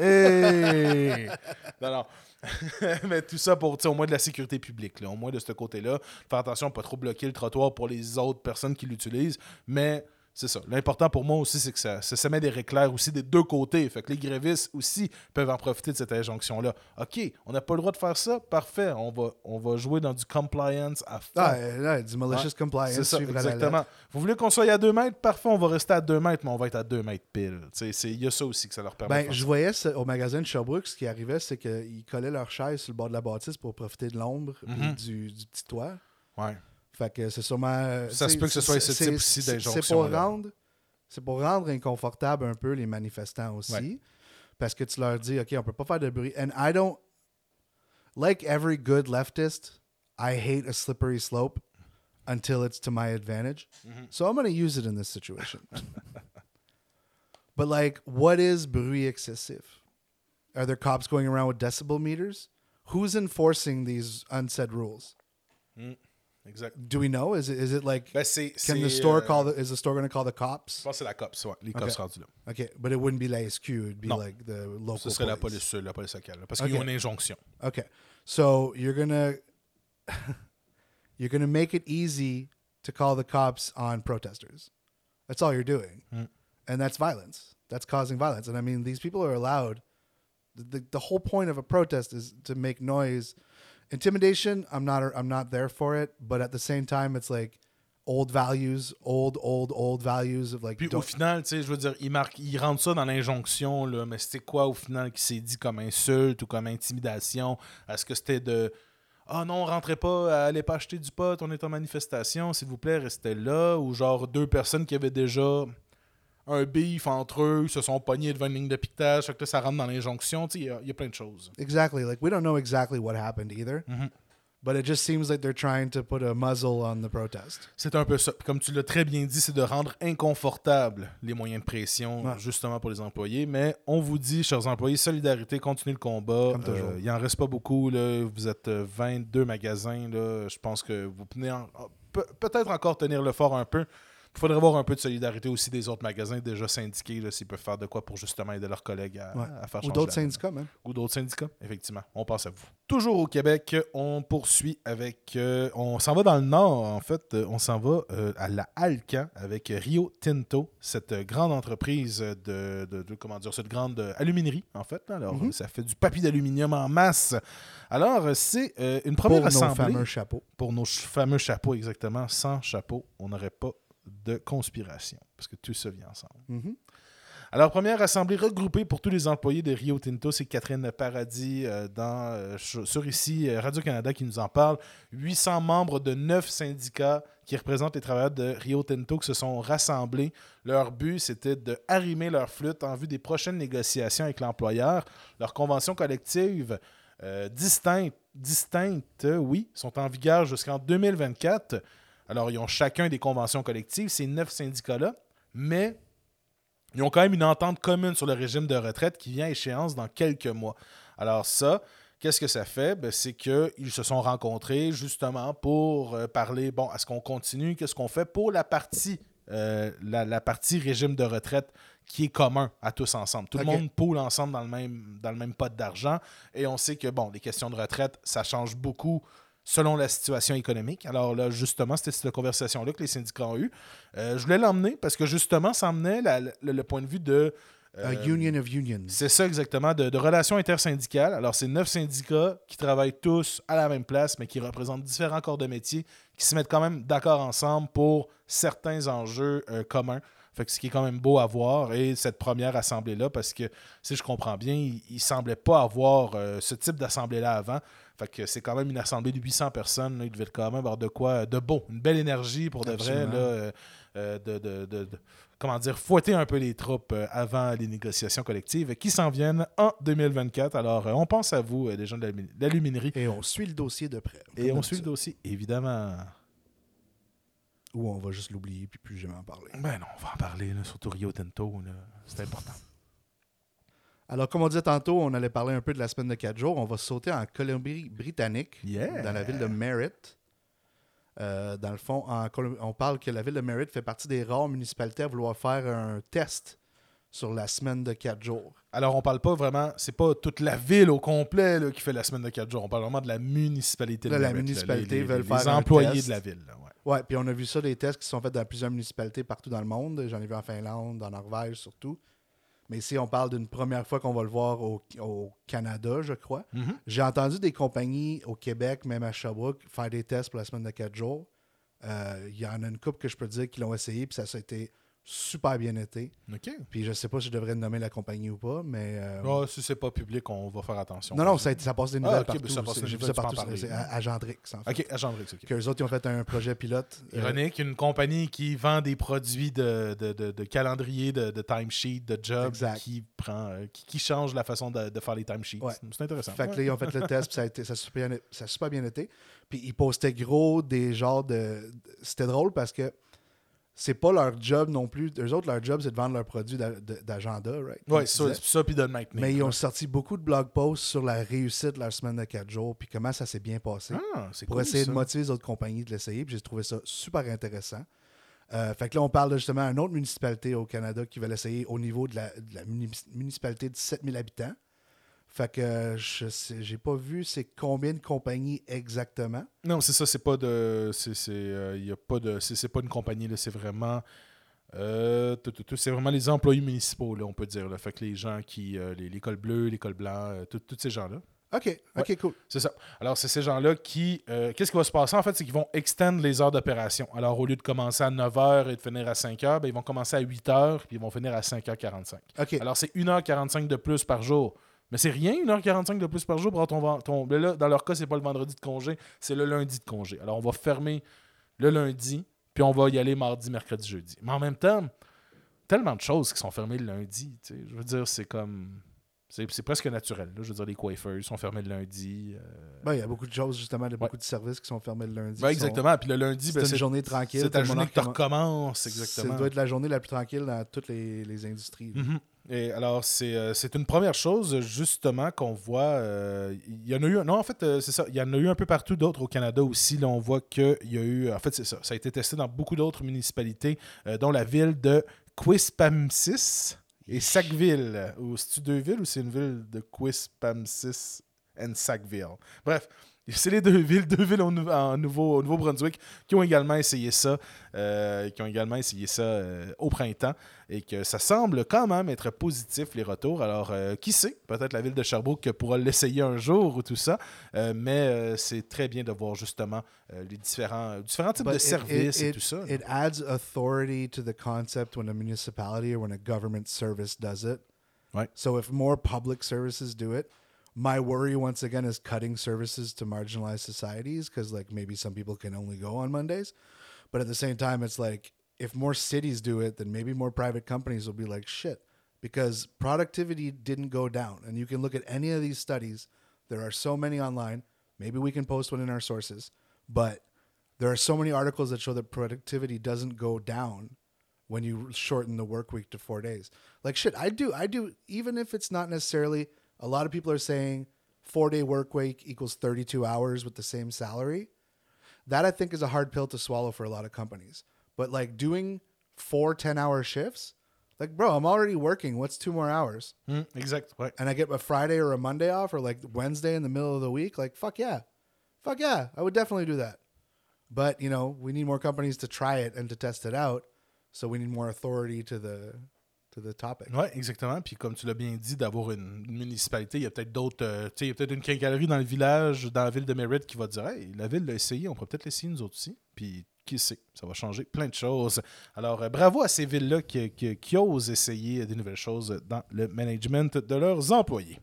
Hey! Non. Mais tout ça pour au moins de la sécurité publique, là, au moins de ce côté-là. Faire attention à ne pas trop bloquer le trottoir pour les autres personnes qui l'utilisent, mais... C'est ça. L'important pour moi aussi, c'est que ça met des règles claires aussi des deux côtés. Fait que les grévistes aussi peuvent en profiter de cette injonction-là. OK, on n'a pas le droit de faire ça? Parfait. On va jouer dans du compliance à fond. Du malicious compliance. C'est ça, exactement. Vous voulez qu'on soit à 2 mètres? Parfait, on va rester à 2 mètres, mais on va être à 2 mètres pile. Il y a ça aussi que ça leur permet de faire. Je voyais au magasin de Sherbrooke, ce qui arrivait, c'est qu'ils collaient leurs chaises sur le bord de la bâtisse pour profiter de l'ombre et du petit toit. Ouais. Fait que c'est sûrement... Ça se peut que ce soit ce type aussi d'injonction. C'est pour rendre inconfortable un peu les manifestants aussi. Ouais. Parce que tu leur dis, OK, on peut pas faire de bruit. And I don't... Like every good leftist, I hate a slippery slope until it's to my advantage. Mm-hmm. So I'm going to use it in this situation. But like, what is bruit excessive? Are there cops going around with decibel meters? Who's enforcing these unsaid rules? Exact. Do we know? Is it like? Can the store call is the store going to call the cops? Je pense que c'est la cops, ouais. Les cops rendus là. Okay, but it wouldn't be la SQ. It'd be like the local. Ce serait la police locale, parce qu'ils ont une injonction. Okay, so you're gonna make it easy to call the cops on protesters. That's all you're doing, and that's violence. That's causing violence. And I mean, these people are allowed. The whole point of a protest is to make noise. Intimidation, I'm not there for it, but at the same time, it's like old values, old values of like. Puis au final, tu sais, je veux dire, ils rentrent ça dans l'injonction là, mais c'était quoi au final qui s'est dit comme insulte ou comme intimidation? Est-ce que c'était de non, rentrez pas, allez pas acheter du pot, on est en manifestation, s'il vous plaît, restez là, ou genre 2 personnes qui avaient déjà un beef entre eux, se sont pognés devant une ligne de piquetage, fait que là, ça rentre dans l'injonction. Il y a plein de choses. Exactly. Like, we don't know exactly what happened either. Mm-hmm. But it just seems like they're trying to put a muzzle on the protest. C'est un peu ça. Comme tu l'as très bien dit, c'est de rendre inconfortable les moyens de pression, justement pour les employés. Mais on vous dit, chers employés, solidarité, continuez le combat. Il n'en reste pas beaucoup. Là. Vous êtes 22 magasins. Là. Je pense que vous pouvez peut-être encore tenir le fort un peu. Il faudrait voir un peu de solidarité aussi des autres magasins déjà syndiqués, là, s'ils peuvent faire de quoi pour justement aider leurs collègues à faire changer. Ou d'autres syndicats, même. Ou d'autres syndicats, effectivement. On passe à vous. Toujours au Québec, on poursuit avec... on s'en va dans le nord, en fait. On s'en va à la Alcan avec Rio Tinto, cette grande entreprise comment dire, cette grande aluminerie, en fait. Alors, ça fait du papier d'aluminium en masse. Alors, c'est une première assemblée. Pour nos fameux chapeaux. Pour nos fameux chapeaux, exactement. Sans chapeau, on n'aurait pas de conspiration, parce que tout ça vient ensemble. Alors, première assemblée regroupée pour tous les employés de Rio Tinto, c'est Catherine Paradis sur ici Radio-Canada qui nous en parle. 800 membres de 9 syndicats qui représentent les travailleurs de Rio Tinto qui se sont rassemblés. Leur but, c'était d'arrimer leur flûte en vue des prochaines négociations avec l'employeur. Leur convention collective distinctes, oui, sont en vigueur jusqu'en 2024. Alors, ils ont chacun des conventions collectives, ces 9 syndicats-là, mais ils ont quand même une entente commune sur le régime de retraite qui vient à échéance dans quelques mois. Alors ça, qu'est-ce que ça fait? Ben, c'est qu'ils se sont rencontrés justement pour parler, bon, est-ce qu'on continue? Qu'est-ce qu'on fait pour la partie régime de retraite qui est commun à tous ensemble? Tout le monde poule ensemble dans le même pot d'argent et on sait que, bon, les questions de retraite, ça change beaucoup selon la situation économique. Alors là, justement, c'était cette conversation-là que les syndicats ont eue. Je voulais l'emmener parce que justement, ça emmenait le point de vue de... Union of Unions. C'est ça exactement, de relations intersyndicales. Alors, c'est 9 syndicats qui travaillent tous à la même place, mais qui représentent différents corps de métier, qui se mettent quand même d'accord ensemble pour certains enjeux communs. Fait que ce qui est quand même beau à voir. Et cette première assemblée-là, parce que, si je comprends bien, il ne semblait pas avoir ce type d'assemblée-là avant. Fait que c'est quand même une assemblée de 800 personnes. Là, il devait quand même avoir de quoi de beau. Une belle énergie pour de vrai. Là, comment dire, fouetter un peu les troupes avant les négociations collectives qui s'en viennent en 2024. Alors, on pense à vous, les gens de l'aluminerie. Et on suit le dossier de près. Et on suit le dossier, évidemment. Ou on va juste l'oublier puis plus jamais en parler. Ben non, on va en parler, là, surtout Rio Tinto. Là. C'est important. Alors, comme on disait tantôt, on allait parler un peu de la semaine de 4 jours. On va sauter en Colombie-Britannique, dans la ville de Merritt. Dans le fond, on parle que la ville de Merritt fait partie des rares municipalités à vouloir faire un test sur la semaine de 4 jours. Alors, on parle pas vraiment, c'est pas toute la ville au complet là, qui fait la semaine de 4 jours. On parle vraiment de la municipalité de Merritt. La municipalité veulent faire les un employés test. de la ville. Là, ouais, puis on a vu ça, des tests qui sont faits dans plusieurs municipalités partout dans le monde. J'en ai vu en Finlande, en Norvège surtout. Mais ici, on parle d'une première fois qu'on va le voir au Canada, je crois. Mm-hmm. J'ai entendu des compagnies au Québec, même à Sherbrooke, faire des tests pour la semaine de 4 jours. Il y en a une couple que je peux dire qui l'ont essayé, puis ça a été super bien été. OK. Puis je sais pas si je devrais nommer la compagnie ou pas, mais... si c'est pas public, on va faire attention. Non, ça passe des nouvelles partout. partout. Ça passe J'ai vu ça partout. C'est à Gendrix, en fait. OK, à Gendrix, OK. Qu'eux autres, ils ont fait un projet pilote. Ironique, une compagnie qui vend des produits de calendrier, de timesheet, de job, qui change la façon de faire les timesheets. Ouais. C'est intéressant. Fait que là, ils ont fait le test, puis ça a super bien été. Puis ils postaient gros des genres de... C'était drôle parce que c'est pas leur job non plus. Eux autres, leur job, c'est de vendre leurs produits d'agenda, right? Oui, ça, puis de le maintenir. Mais ils ont sorti beaucoup de blog posts sur la réussite de leur semaine de 4 jours, puis comment ça s'est bien passé. C'est pour cool, essayer ça. de motiver les autres compagnies de l'essayer, puis j'ai trouvé ça super intéressant. Fait que là, on parle justement d'une autre municipalité au Canada qui va l'essayer au niveau de la municipalité de 7000 habitants. Fait que j'ai pas vu c'est combien de compagnies exactement. Non, c'est ça, c'est pas de. Y a pas de. C'est pas une compagnie, là, c'est vraiment. C'est vraiment les employés municipaux, là, on peut dire. Là. Fait que les gens qui. Les cols bleus, les cols blancs, tous ces gens-là. OK, cool. C'est ça. Alors, c'est ces gens-là qui... qu'est-ce qui va se passer, en fait? C'est qu'ils vont extendre les heures d'opération. Alors, au lieu de commencer à 9h et de finir à 5h, ben, ils vont commencer à 8h puis ils vont finir à 5h45. OK. Alors, c'est 1h45 de plus par jour. Mais c'est rien, 1h45 de plus par jour pour ton... Là, dans leur cas, c'est pas le vendredi de congé, c'est le lundi de congé. Alors, on va fermer le lundi, puis on va y aller mardi, mercredi, jeudi. Mais en même temps, tellement de choses qui sont fermées le lundi. Tu sais. Je veux dire, c'est comme... C'est presque naturel. Là. Je veux dire, les coiffeurs sont fermés le lundi. Il y a beaucoup de choses, justement, beaucoup de services qui sont fermés le lundi. Exactement. Puis le lundi, c'est une journée tranquille. C'est ta journée que tu recommences. Exactement. Ça doit être la journée la plus tranquille dans toutes les industries. Mm-hmm. Et alors, c'est une première chose, justement, qu'on voit. Il y en a eu. Non, en fait, c'est ça. Il y en a eu un peu partout d'autres au Canada aussi. Là, on voit qu'il y a eu. En fait, c'est ça. Ça a été testé dans beaucoup d'autres municipalités, dont la ville de Quispamsis et Sackville. Ou c'est-tu deux villes ou c'est une ville de Quispamsis et Sackville? Bref. C'est les deux villes au Nouveau-Brunswick qui ont également essayé ça, au printemps et que ça semble quand même être positif les retours. Alors, qui sait, peut-être la ville de Sherbrooke pourra l'essayer un jour ou tout ça, mais c'est très bien de voir justement les différents types de services et tout ça. It adds authority to the concept when a municipality or when a government service does it. Right. So if more public services do it, my worry once again is cutting services to marginalized societies because like maybe some people can only go on Mondays, but at the same time it's like if more cities do it, then maybe more private companies will be like shit because productivity didn't go down. And you can look at any of these studies. There are so many online. Maybe we can post one in our sources, but there are so many articles that show that productivity doesn't go down when you shorten the work week to 4 days. Like shit, I do even if it's not necessarily. A lot of people are saying 4-day work week equals 32 hours with the same salary. That I think is a hard pill to swallow for a lot of companies. But like doing 4 10-hour shifts, like, bro, I'm already working. What's 2 more hours? Exact. Right. And I get a Friday or a Monday off or like Wednesday in the middle of the week. Like, fuck yeah. I would definitely do that. But, you know, we need more companies to try it and to test it out. So we need more authority to the topic. Oui, exactement. Puis comme tu l'as bien dit, d'avoir une municipalité, il y a peut-être d'autres... il y a peut-être une quincaillerie dans le village, dans la ville de Merritt qui va dire « Hey, la ville l'a essayé, on pourrait peut-être l'essayer nous autres aussi. » Puis qui sait, ça va changer plein de choses. Alors, bravo à ces villes-là qui osent essayer des nouvelles choses dans le management de leurs employés.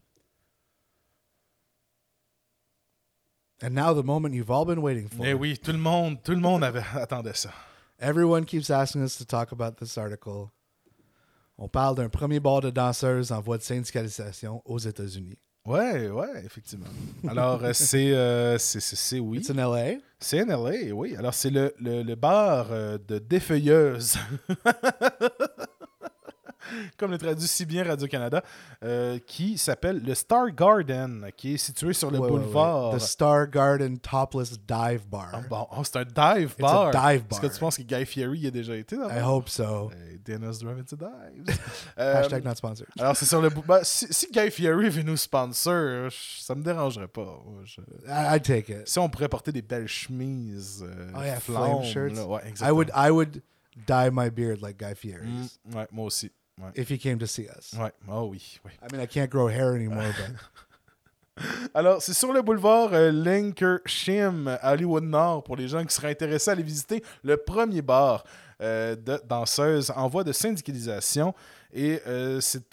And now the moment you've all been waiting for. Eh oui, tout le monde attendait ça. Everyone keeps asking us to talk about this article. On parle d'un premier bar de danseuses en voie de syndicalisation aux États-Unis. Ouais, effectivement. Alors, c'est oui. It's in LA? C'est en LA, oui. Alors, c'est le bar de défeuilleuse. Comme le traduit si bien Radio-Canada, qui s'appelle le Star Garden, qui est situé sur le boulevard. The Star Garden Topless Dive Bar. C'est un dive bar. It's a dive bar. Est-ce que tu penses que Guy Fieri y a déjà été? I hope so. Hey, Dennis Drive into Dives. Hashtag not sponsored. Alors, c'est sur le boulevard. Si Guy Fieri veut nous sponsor, ça me dérangerait pas. I'd take it. Si on pourrait porter des belles chemises flame shirts. Là, ouais, exactement. I would dye my beard like Guy Fieri's. Ouais, moi aussi. Ouais. If he came to see us. Ouais. Oh oui. I mean, I can't grow hair anymore, but... Alors, c'est sur le boulevard Linkershim à Hollywood Nord pour les gens qui seraient intéressés à aller visiter le premier bar de danseuses en voie de syndicalisation. Et c'est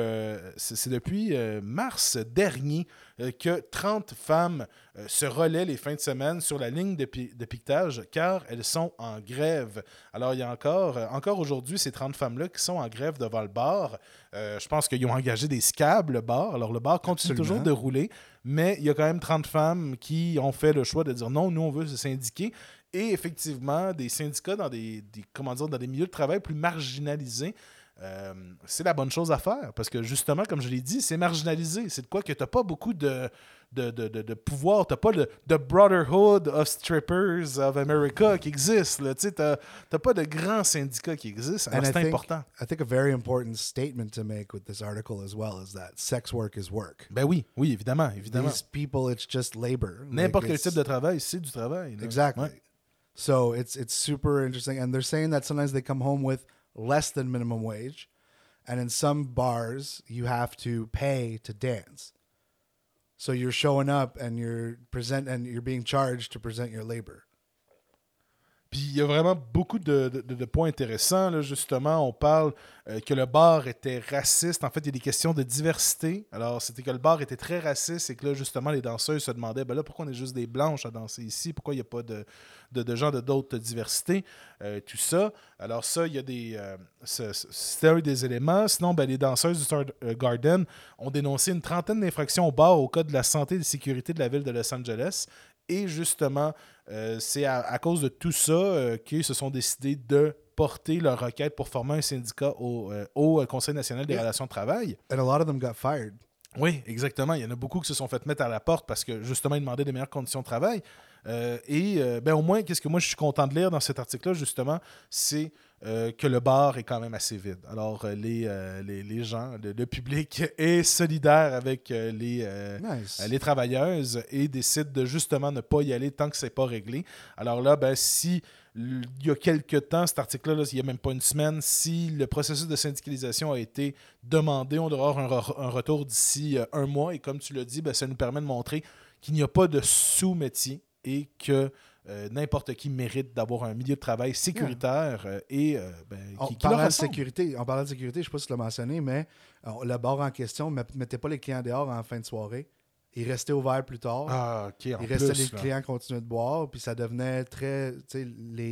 depuis mars dernier que 30 femmes se relaient les fins de semaine sur la ligne de piquetage car elles sont en grève. Alors, il y a encore aujourd'hui ces 30 femmes-là qui sont en grève devant le bar. Je pense qu'ils ont engagé des scabs, le bar. Alors, le bar continue toujours de rouler, mais il y a quand même 30 femmes qui ont fait le choix de dire non, nous, on veut se syndiquer. Et effectivement, des syndicats dans des milieux de travail plus marginalisés, c'est la bonne chose à faire parce que justement, comme je l'ai dit, c'est marginalisé. C'est de quoi que tu n'as pas beaucoup de pouvoir. Tu n'as pas le Brotherhood of Strippers of America qui existe. Tu n'as pas de grands syndicats qui existent. Alors, c'est important. I think a very important statement to make with this article as well is that sex work is work. Ben oui, évidemment. These people, it's just labor. N'importe quel type de travail, c'est du travail. Là. Exactly. Ouais. So it's super interesting. And they're saying that sometimes they come home with less than minimum wage. And in some bars, you have to pay to dance. So you're showing up and you're being charged to present your labor. Puis il y a vraiment beaucoup de points intéressants. Là, justement, on parle que le bar était raciste. En fait, il y a des questions de diversité. Alors, c'était que le bar était très raciste et que là, justement, les danseuses se demandaient pourquoi on est juste des blanches à danser ici? Pourquoi il n'y a pas de gens d'autres diversités? Tout ça. Alors, ça, il y a c'était un des éléments. Sinon, les danseuses du Star Garden ont dénoncé une trentaine d'infractions au bar au code de la santé et de la sécurité de la ville de Los Angeles. Et justement, c'est à cause de tout ça qu'ils se sont décidés de porté leur requête pour former un syndicat au Conseil national des relations de travail. And a lot of them got fired. Oui, exactement. Il y en a beaucoup qui se sont fait mettre à la porte parce que, justement, ils demandaient des meilleures conditions de travail. Au moins, qu'est-ce que moi, je suis content de lire dans cet article-là, justement, c'est que le bar est quand même assez vide. Alors, les gens, le public est solidaire avec les travailleuses et décide de, justement, ne pas y aller tant que c'est pas réglé. Alors là, si il y a quelques temps, cet article-là, il n'y a même pas une semaine, si le processus de syndicalisation a été demandé, on doit avoir un retour d'ici un mois. Et comme tu l'as dit, ça nous permet de montrer qu'il n'y a pas de sous-métier et que n'importe qui mérite d'avoir un milieu de travail sécuritaire En parlant de sécurité, je ne sais pas si tu l'as mentionné, mais le bar en question ne mettait pas les clients dehors en fin de soirée. Il restait ouvert plus tard. Ah, OK. Les clients continuaient de boire, puis ça devenait très... Tu sais,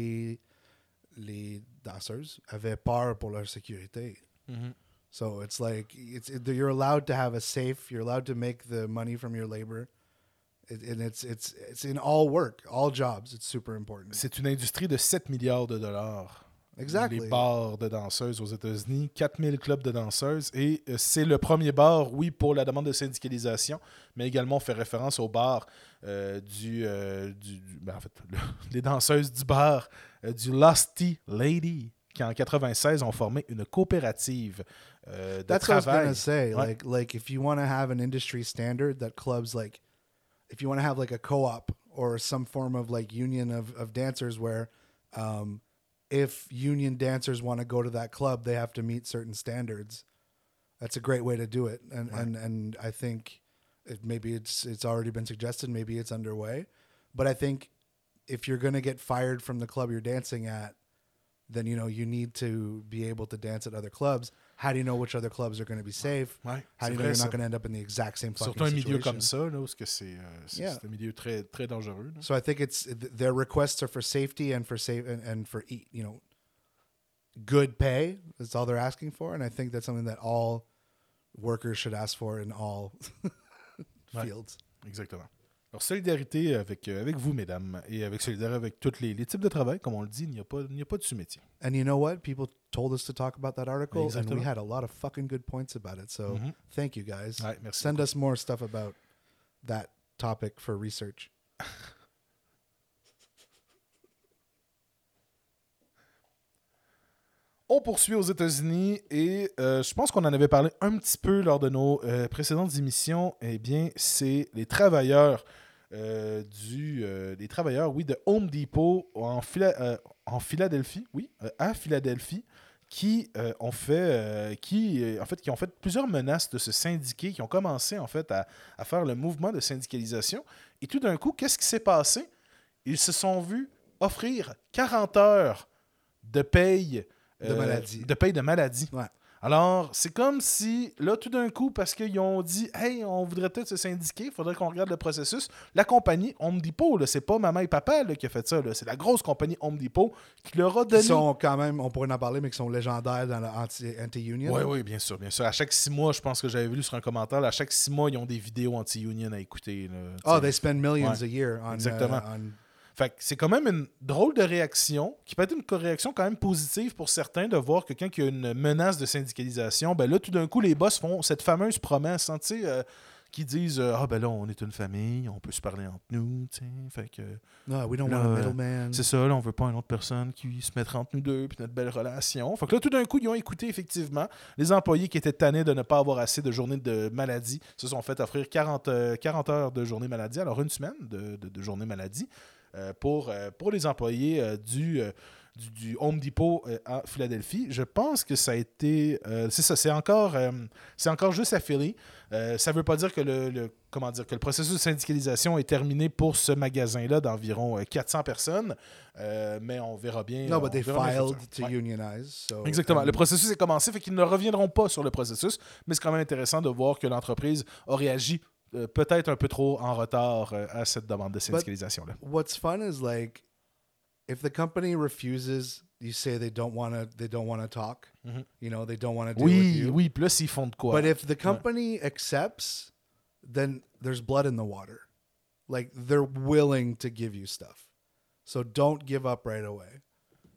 les danseuses avaient peur pour leur sécurité. Mm-hmm. So it's like, you're allowed to have a safe, you're allowed to make the money from your labor. And it's in all work, all jobs. It's super important. C'est une industrie de 7 milliards de dollars. Exactly. Les bars de danseuses aux États-Unis, 4000 clubs de danseuses. Et c'est le premier bar, oui, pour la demande de syndicalisation, mais également on fait référence au bar les danseuses du bar du Lusty Lady, qui en 1996 ont formé une coopérative de That's travail. What I was going to say. Ouais. Like if you want to have an industry standard that clubs like, if you want to have like a co-op or some form of like union of dancers where if union dancers want to go to that club, they have to meet certain standards. That's a great way to do it. And I think maybe it's already been suggested, maybe it's underway. But I think if you're going to get fired from the club you're dancing at, then you need to be able to dance at other clubs. How do you know which other clubs are going to be safe? Ouais, How do you know you're not going to end up in the exact same fucking Surtout un milieu situation? comme ça, là, où c'est un milieu très, très dangereux. Là. So I think their requests are for safety and for good pay. That's all they're asking for, and I think that's something that all workers should ask for in all fields. Exactement. Alors, solidarité avec vous, mesdames, et solidarité avec tous les types de travail. Comme on le dit, il n'y a pas de sous-métier. And you know what? People told us to talk about that article, Exactement. and we had a lot of fucking good points about it. So thank you, guys. Ouais, merci Send beaucoup. us more stuff about that topic for research. On poursuit aux États-Unis et je pense qu'on en avait parlé un petit peu lors de nos précédentes émissions. Eh bien, c'est les travailleurs de Home Depot en Philadelphie, à Philadelphie, qui ont fait plusieurs menaces de se syndiquer, qui ont commencé en fait à faire le mouvement de syndicalisation. Et tout d'un coup, qu'est-ce qui s'est passé? Ils se sont vus offrir 40 heures de paye de maladie. Ouais. Alors, c'est comme si, là, tout d'un coup, parce qu'ils ont dit « Hey, on voudrait peut-être se syndiquer, il faudrait qu'on regarde le processus », la compagnie Home Depot, là, c'est pas maman et papa là, qui a fait ça, là, c'est la grosse compagnie Home Depot qui leur a donné... Ils sont quand même, on pourrait en parler, mais qui sont légendaires dans l'anti-union. Oui, bien sûr. À chaque 6 mois, je pense que j'avais vu sur un commentaire, à chaque 6 mois, ils ont des vidéos anti-union à écouter. Là, they spend millions a year on... Exactement. Fait que c'est quand même une drôle de réaction, qui peut être une réaction quand même positive pour certains de voir que quand il y a une menace de syndicalisation, ben là, tout d'un coup, les boss font cette fameuse promesse, hein, qui disent là, on est une famille, on peut se parler entre nous, fait que... No, we don't want a middleman. C'est ça, là, on veut pas une autre personne qui se mettra entre nous deux, puis notre belle relation. Fait que là, tout d'un coup, ils ont écouté, effectivement, les employés qui étaient tannés de ne pas avoir assez de journées de maladie se sont fait offrir 40 heures de journée maladie, alors une semaine de journée maladie. Pour les employés du Home Depot à Philadelphie. Je pense que ça a été... c'est ça, c'est encore juste à Philly. Ça ne veut pas dire que que le processus de syndicalisation est terminé pour ce magasin-là d'environ 400 personnes, mais on verra bien. No, but they filed to unionize. So, exactement. Le processus est commencé, fait qu'ils ne reviendront pas sur le processus, mais c'est quand même intéressant de voir que l'entreprise a réagi peut-être un peu trop en retard à cette demande de syndicalisation-là. What's fun is like, if the company refuses, you say they don't want to talk. Mm-hmm. They don't want to deal with you. Oui, plus ils font de quoi. But if the company accepts, then there's blood in the water. Like, they're willing to give you stuff. So don't give up right away.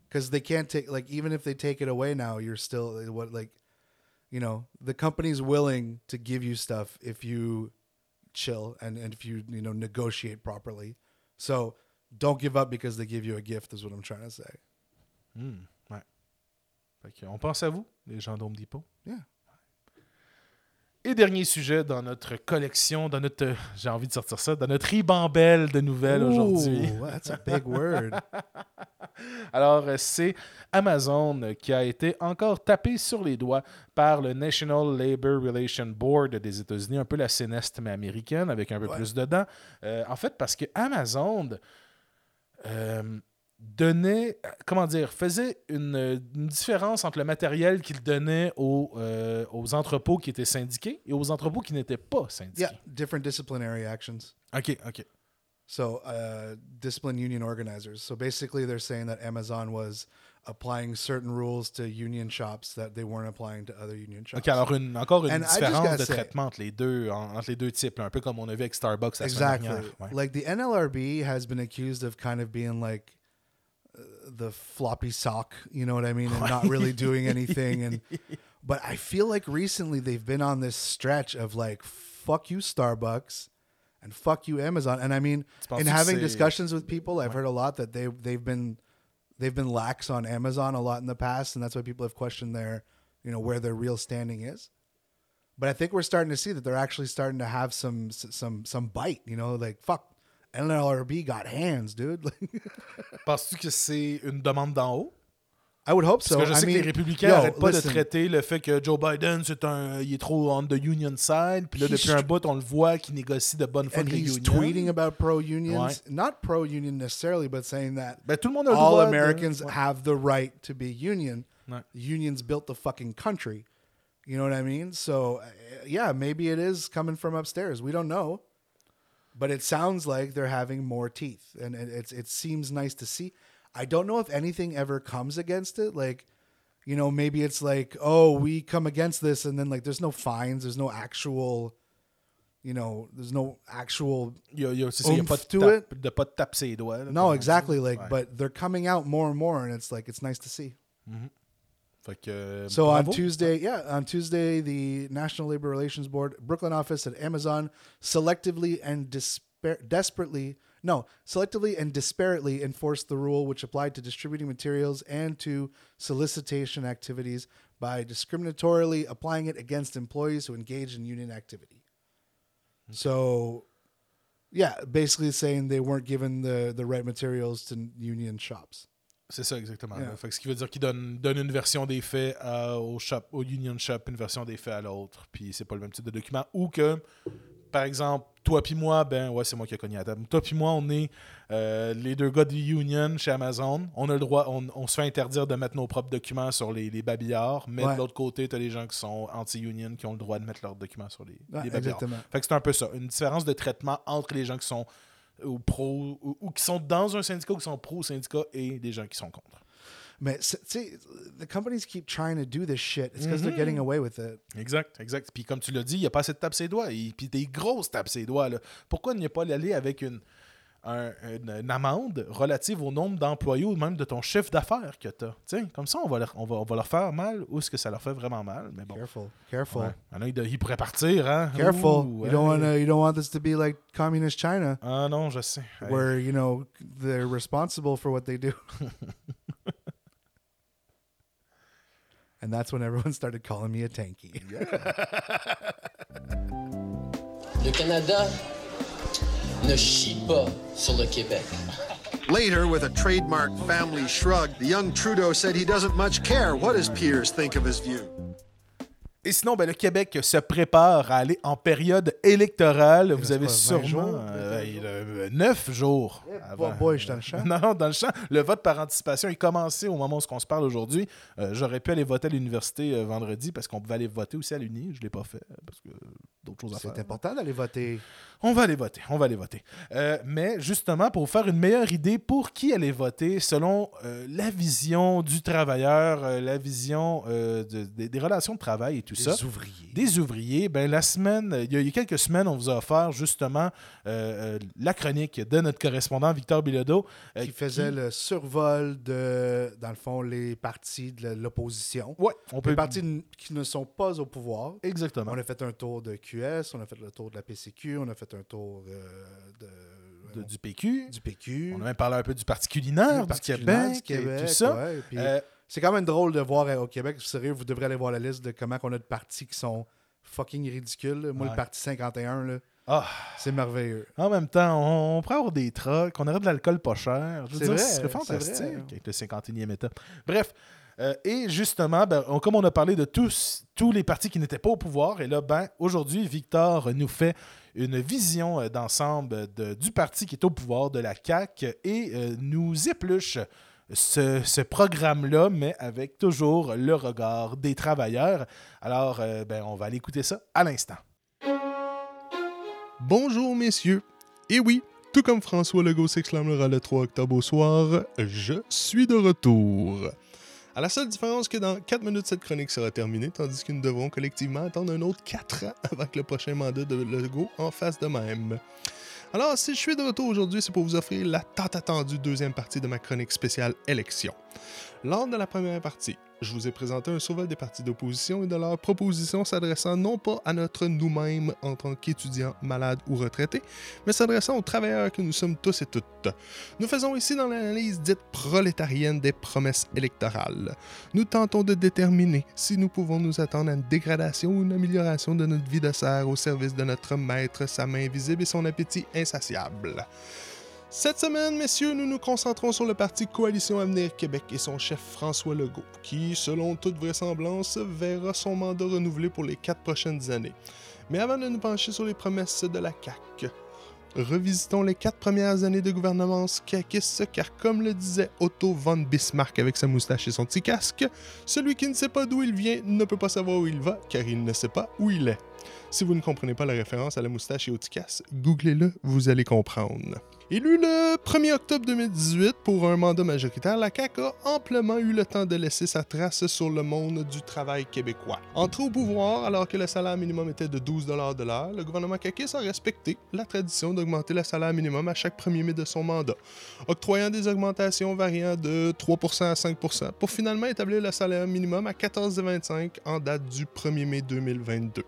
Because they can't take, like, even if they take it away now, you're still, what, like, you know, the company's willing to give you stuff if you chill and if you, you know, negotiate properly. So don't give up because they give you a gift is what I'm trying to say. Ouais. Fait qu'on pense à vous, les gens d'Home Depot. Yeah. Et dernier sujet dans notre collection, dans notre, j'ai envie de sortir ça, dans notre ribambelle de nouvelles aujourd'hui. That's a big word. Alors, c'est Amazon qui a été encore tapé sur les doigts par le National Labor Relations Board des États-Unis, un peu la CNEST mais américaine, avec un peu plus dedans. En fait, parce que Amazon donnait, faisait une différence entre le matériel qu'il donnait aux entrepôts qui étaient syndiqués et aux entrepôts qui n'étaient pas syndiqués. Yeah, different disciplinary actions. OK. So, discipline union organizers. So basically, they're saying that Amazon was applying certain rules to union shops that they weren't applying to other union shops. OK, alors encore une différence de traitement entre les deux types, un peu comme on a vu avec Starbucks la semaine dernière. Exactly. Like, the NLRB has been accused of kind of being like the floppy sock, you know what I mean, and not really doing anything. But I feel like recently they've been on this stretch of like, fuck you, Starbucks. And fuck you, Amazon. And I mean, in having discussions with people, I've heard a lot that they've been lax on Amazon a lot in the past, and that's why people have questioned their, you know, where their real standing is. But I think we're starting to see that they're actually starting to have some bite. You know, like fuck, NLRB got hands, dude. Penses-tu que c'est une demande d'en haut? I would hope so. Parce que je sais que les républicains n'arrêtent pas de traiter le fait que Joe Biden, il est trop on the union side. Puis là, depuis un bout, on le voit qu'il négocie de bonne foi avec les unions. And he's tweeting about pro-unions. Not pro-union necessarily, but saying that tout le monde a le all droit Americans have the right to be union. Ouais. Unions built the fucking country. You know what I mean? So, yeah, maybe it is coming from upstairs. We don't know. But it sounds like they're having more teeth. And it seems nice to see. I don't know if anything ever comes against it. Like, you know, maybe it's like, oh, we come against this, and then like there's no fines, there's no actual, you know, there's no actual oomph to it. De pas taper ses doigts. Là, no, exactly. Like, but they're coming out more and more, and it's like it's nice to see. Mm-hmm. Fait que, so bravo. on Tuesday, the National Labor Relations Board Brooklyn office at Amazon selectively and disparately enforced the rule which applied to distributing materials and to solicitation activities by discriminatorily applying it against employees who engage in union activity. Okay. So, yeah, basically saying they weren't given the right materials to union shops. C'est ça, exactement. Yeah. Fait que ce qui veut dire qu'ils donnent une version des faits au union shop, une version des faits à l'autre. Puis c'est pas le même type de document. Ou que, par exemple, toi puis moi, c'est moi qui ai cogné à la table. Toi puis moi, on est les deux gars du union chez Amazon. On a le droit, on se fait interdire de mettre nos propres documents sur les babillards. Mais de l'autre côté, t'as les gens qui sont anti-union qui ont le droit de mettre leurs documents sur les babillards. Exactement. Fait que c'est un peu ça. Une différence de traitement entre les gens qui sont ou pro ou qui sont dans un syndicat ou qui sont pro-syndicat et des gens qui sont contre. Mais tu sais, the companies keep trying to do this shit. It's because they're getting away with it. Exact. Puis comme tu l'as dit, il n'y a pas assez de tape ses doigts. Puis des grosses tapes ses doigts. Là. Pourquoi n'y a pas aller avec une amende relative au nombre d'employés ou même de ton chiffre d'affaires que tu as? Comme ça, on va leur faire mal ou est-ce que ça leur fait vraiment mal? Mais bon. Careful. Ouais. Il pourrait partir, hein? Careful. You don't want this to be like communist China. Ah non, je sais. Where, you know, they're responsible for what they do. And that's when everyone started calling me a tanky. Le Canada ne chie pas sur le Québec. Later, with a trademark family shrug, the young Trudeau said he doesn't much care what his peers think of his view. Et sinon, le Québec se prépare à aller en période électorale. Vous avez sûrement 9 jours. Boy, je suis dans le champ. Non, dans le champ. Le vote par anticipation est commencé au moment où on se parle aujourd'hui. J'aurais pu aller voter à l'université vendredi parce qu'on pouvait aller voter aussi à l'Uni. Je ne l'ai pas fait parce que d'autres choses à faire. C'est important d'aller voter. On va aller voter. Mais justement, pour vous faire une meilleure idée pour qui aller voter, selon la vision du travailleur, la vision des relations de travail et tout ça. Des ouvriers. Ben, il y a quelques semaines, on vous a offert justement la chronique de notre correspondant Victor Bilodeau. Qui faisait le survol de, dans le fond, les partis de l'opposition. Ouais. Les partis qui ne sont pas au pouvoir. Exactement. On a fait un tour de QS, on a fait le tour de la PCQ, on a fait un tour du PQ. Du PQ. On a même parlé un peu du Parti culinaire, du Québec, et tout ça. Ouais, puis c'est quand même drôle de voir au Québec. Sérieux, vous devrez aller voir la liste de comment on a de partis qui sont fucking ridicules. Moi, le Parti 51, là, c'est merveilleux. En même temps, on pourrait avoir des trucks, on aurait de l'alcool pas cher. Je veux dire, ce serait fantastique avec le 51e État. Bref. Et justement, comme on a parlé de tous les partis qui n'étaient pas au pouvoir, et là, aujourd'hui, Victor nous fait une vision d'ensemble du parti qui est au pouvoir, de la CAQ, et nous épluche ce programme-là, mais avec toujours le regard des travailleurs. Alors, on va aller écouter ça à l'instant. Bonjour, messieurs. Et oui, tout comme François Legault s'exclamera le 3 octobre au soir, je suis de retour. À la seule différence que dans 4 minutes, cette chronique sera terminée, tandis que nous devrons collectivement attendre un autre 4 ans avant que le prochain mandat de Legault en fasse de même. Alors, si je suis de retour aujourd'hui, c'est pour vous offrir la tant attendue deuxième partie de ma chronique spéciale élection. Lors de la première partie, je vous ai présenté un survol des partis d'opposition et de leurs propositions s'adressant non pas à notre nous-mêmes en tant qu'étudiants, malades ou retraités, mais s'adressant aux travailleurs que nous sommes tous et toutes. Nous faisons ici dans l'analyse dite prolétarienne des promesses électorales. Nous tentons de déterminer si nous pouvons nous attendre à une dégradation ou une amélioration de notre vie de serre au service de notre maître, sa main invisible et son appétit insatiable. Cette semaine, messieurs, nous nous concentrons sur le parti Coalition Avenir Québec et son chef François Legault, qui, selon toute vraisemblance, verra son mandat renouvelé pour les 4 prochaines années. Mais avant de nous pencher sur les promesses de la CAQ, revisitons les 4 premières années de gouvernance caquiste, car comme le disait Otto von Bismarck avec sa moustache et son petit casque, celui qui ne sait pas d'où il vient ne peut pas savoir où il va, car il ne sait pas où il est. Si vous ne comprenez pas la référence à la moustache et au petit casque, googlez-le, vous allez comprendre. Élu le 1er octobre 2018 pour un mandat majoritaire, la CAQ a amplement eu le temps de laisser sa trace sur le monde du travail québécois. Entré au pouvoir alors que le salaire minimum était de 12 $ de l'heure, le gouvernement caquiste a respecté la tradition d'augmenter le salaire minimum à chaque 1er mai de son mandat, octroyant des augmentations variant de 3% à 5% pour finalement établir le salaire minimum à 14,25 $ en date du 1er mai 2022.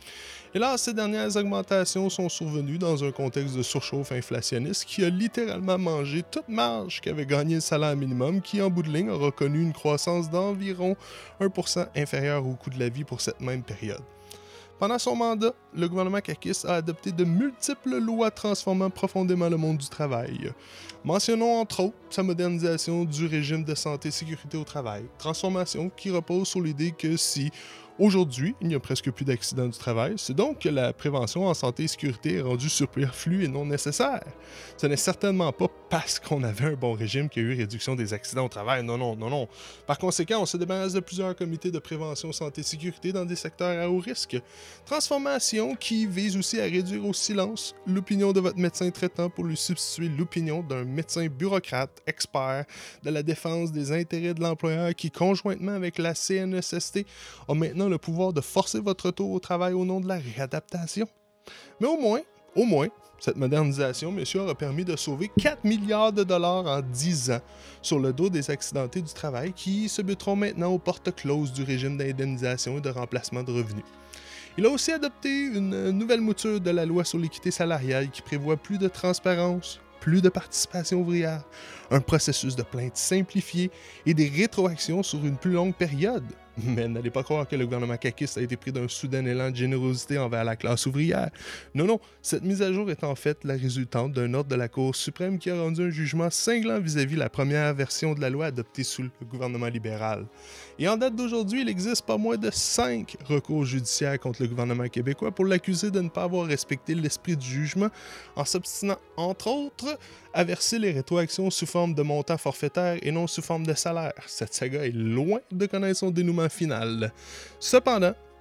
Et là, ces dernières augmentations sont survenues dans un contexte de surchauffe inflationniste qui a littéralement mangé toute marge qu'avait gagné le salaire minimum qui, en bout de ligne, aura connu une croissance d'environ 1% inférieure au coût de la vie pour cette même période. Pendant son mandat, le gouvernement caquiste a adopté de multiples lois transformant profondément le monde du travail. Mentionnons entre autres sa modernisation du régime de santé et sécurité au travail, transformation qui repose sur l'idée que si aujourd'hui, il n'y a presque plus d'accidents du travail, c'est donc que la prévention en santé et sécurité est rendue superflue et non nécessaire. Ce n'est certainement pas parce qu'on avait un bon régime qu'il y a eu réduction des accidents au travail, non. Par conséquent, on se débarrasse de plusieurs comités de prévention santé et sécurité dans des secteurs à haut risque. Transformation qui vise aussi à réduire au silence l'opinion de votre médecin traitant pour lui substituer l'opinion d'un médecin bureaucrate, expert de la défense des intérêts de l'employeur qui, conjointement avec la CNESST, a maintenant le pouvoir de forcer votre retour au travail au nom de la réadaptation. Mais au moins, cette modernisation, monsieur, aura permis de sauver 4 milliards de dollars en 10 ans sur le dos des accidentés du travail qui se buteront maintenant aux portes closes du régime d'indemnisation et de remplacement de revenus. Il a aussi adopté une nouvelle mouture de la loi sur l'équité salariale qui prévoit plus de transparence, plus de participation ouvrière, un processus de plainte simplifié et des rétroactions sur une plus longue période. Mais n'allez pas croire que le gouvernement caquiste a été pris d'un soudain élan de générosité envers la classe ouvrière. Non, cette mise à jour est en fait la résultante d'un ordre de la Cour suprême qui a rendu un jugement cinglant vis-à-vis la première version de la loi adoptée sous le gouvernement libéral. Et en date d'aujourd'hui, il existe pas moins de 5 recours judiciaires contre le gouvernement québécois pour l'accuser de ne pas avoir respecté l'esprit du jugement en s'obstinant, entre autres, à verser les rétroactions sous forme de montant forfaitaire et non sous forme de salaire. Cette saga est loin de connaître son dénouement final. Cependant,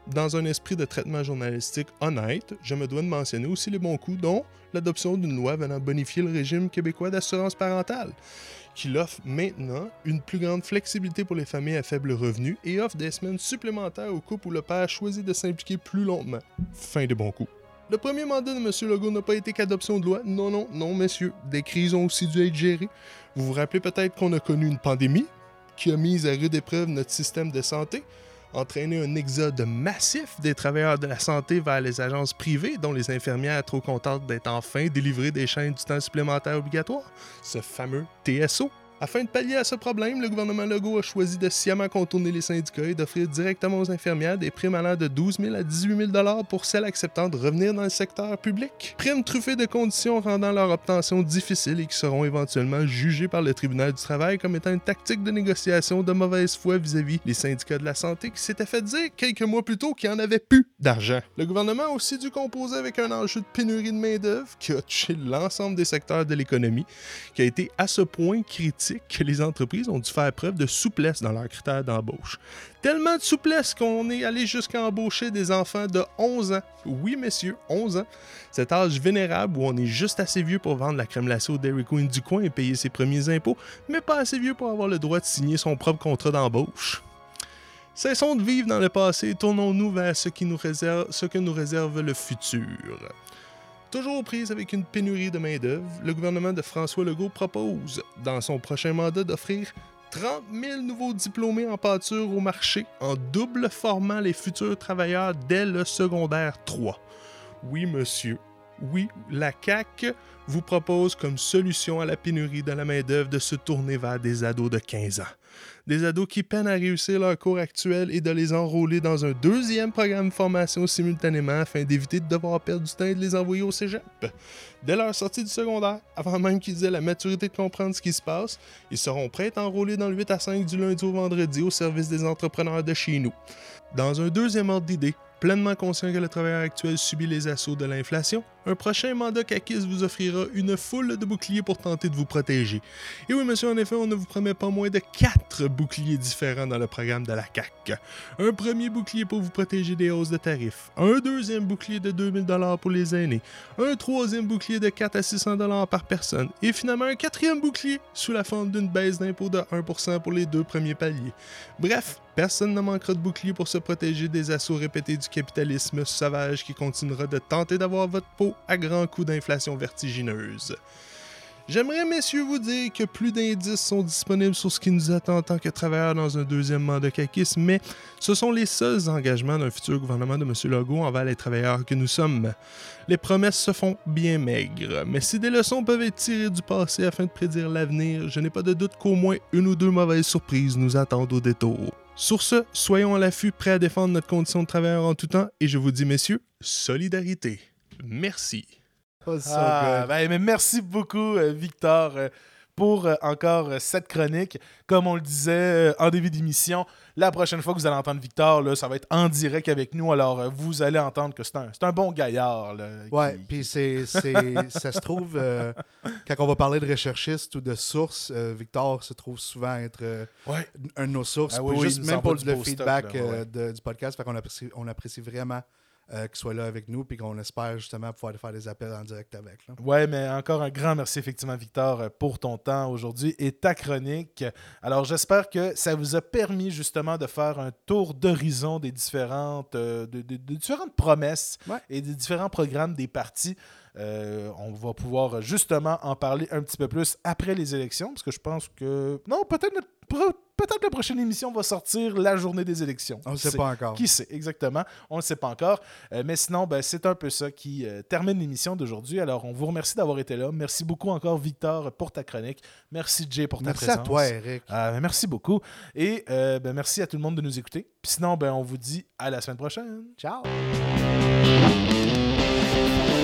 dans un esprit de traitement journalistique honnête, je me dois de mentionner aussi les bons coups, dont l'adoption d'une loi venant bonifier le régime québécois d'assurance parentale, qui offre maintenant une plus grande flexibilité pour les familles à faible revenu et offre des semaines supplémentaires aux couples où le père choisit de s'impliquer plus longuement. Fin des bons coups. Le premier mandat de M. Legault n'a pas été qu'adoption de loi. Non, messieurs. Des crises ont aussi dû être gérées. Vous vous rappelez peut-être qu'on a connu une pandémie qui a mis à rude épreuve notre système de santé, entraîné un exode massif des travailleurs de la santé vers les agences privées, dont les infirmières trop contentes d'être enfin délivrées des chaînes du temps supplémentaire obligatoire, ce fameux TSO. Afin de pallier à ce problème, le gouvernement Legault a choisi de sciemment contourner les syndicats et d'offrir directement aux infirmières des primes allant de 12 000 à 18 000 pour celles acceptant de revenir dans le secteur public. Primes truffées de conditions rendant leur obtention difficile et qui seront éventuellement jugées par le tribunal du travail comme étant une tactique de négociation de mauvaise foi vis-à-vis les syndicats de la santé qui s'étaient fait dire quelques mois plus tôt qu'il n'y en avait plus d'argent. Le gouvernement a aussi dû composer avec un enjeu de pénurie de main-d'œuvre qui a touché l'ensemble des secteurs de l'économie, qui a été à ce point critique que les entreprises ont dû faire preuve de souplesse dans leurs critères d'embauche. Tellement de souplesse qu'on est allé jusqu'à embaucher des enfants de 11 ans. Oui, messieurs, 11 ans. Cet âge vénérable où on est juste assez vieux pour vendre la crème glacée au Dairy Queen du coin et payer ses premiers impôts, mais pas assez vieux pour avoir le droit de signer son propre contrat d'embauche. Cessons de vivre dans le passé et tournons-nous vers ce que nous réserve le futur. Toujours aux prises avec une pénurie de main-d'œuvre, le gouvernement de François Legault propose, dans son prochain mandat, d'offrir 30 000 nouveaux diplômés en pâture au marché, en double formant les futurs travailleurs dès le secondaire 3. Oui, monsieur. Oui, la CAQ vous propose comme solution à la pénurie de la main-d'œuvre de se tourner vers des ados de 15 ans. Des ados qui peinent à réussir leur cours actuel et de les enrôler dans un deuxième programme de formation simultanément afin d'éviter de devoir perdre du temps et de les envoyer au cégep. Dès leur sortie du secondaire, avant même qu'ils aient la maturité de comprendre ce qui se passe, ils seront prêts à enrôler dans le 8 à 5 du lundi au vendredi au service des entrepreneurs de chez nous. Dans un deuxième ordre d'idée, pleinement conscient que le travailleur actuel subit les assauts de l'inflation, un prochain mandat CAQIS vous offrira une foule de boucliers pour tenter de vous protéger. Et oui, monsieur, en effet, on ne vous promet pas moins de 4 boucliers différents dans le programme de la CAQ. Un premier bouclier pour vous protéger des hausses de tarifs, un deuxième bouclier de 2 000 pour les aînés, un troisième bouclier de 4 à 600 $ par personne, et finalement un quatrième bouclier sous la forme d'une baisse d'impôt de 1% pour les 2 premiers paliers. Bref, personne ne manquera de bouclier pour se protéger des assauts répétés du capitalisme sauvage qui continuera de tenter d'avoir votre peau à grands coups d'inflation vertigineuse. J'aimerais, messieurs, vous dire que plus d'indices sont disponibles sur ce qui nous attend en tant que travailleurs dans un deuxième mandat CAQIS, mais ce sont les seuls engagements d'un futur gouvernement de M. Legault envers les travailleurs que nous sommes. Les promesses se font bien maigres, mais si des leçons peuvent être tirées du passé afin de prédire l'avenir, je n'ai pas de doute qu'au moins une ou deux mauvaises surprises nous attendent au détour. Sur ce, soyons à l'affût, prêts à défendre notre condition de travailleur en tout temps, et je vous dis, messieurs, solidarité. Merci. Mais merci beaucoup, Victor, pour encore cette chronique. Comme on le disait en début d'émission, la prochaine fois que vous allez entendre Victor, là, ça va être en direct avec nous. Alors, vous allez entendre que c'est un bon gaillard. Ouais, puis ça se trouve, quand on va parler de recherchistes ou de sources, Victor se trouve souvent être un de nos sources. Juste même pour le feedback du podcast. Fait qu'on apprécie vraiment qu'il soit là avec nous, puis qu'on espère justement pouvoir faire des appels en direct avec. Là. Ouais, mais encore un grand merci effectivement, Victor, pour ton temps aujourd'hui et ta chronique. Alors, j'espère que ça vous a permis justement de faire un tour d'horizon des différentes, différentes promesses et des différents programmes des partis. On va pouvoir justement en parler un petit peu plus après les élections, parce que je pense que... Non, peut-être la prochaine émission va sortir la journée des élections. On ne sait pas encore. Qui sait, exactement. On ne le sait pas encore. Mais sinon, c'est un peu ça qui termine l'émission d'aujourd'hui. Alors, on vous remercie d'avoir été là. Merci beaucoup encore, Victor, pour ta chronique. Merci, Jay, pour ta présence. Merci à toi, Eric. Merci beaucoup. Et merci à tout le monde de nous écouter. Puis sinon, on vous dit à la semaine prochaine. Ciao.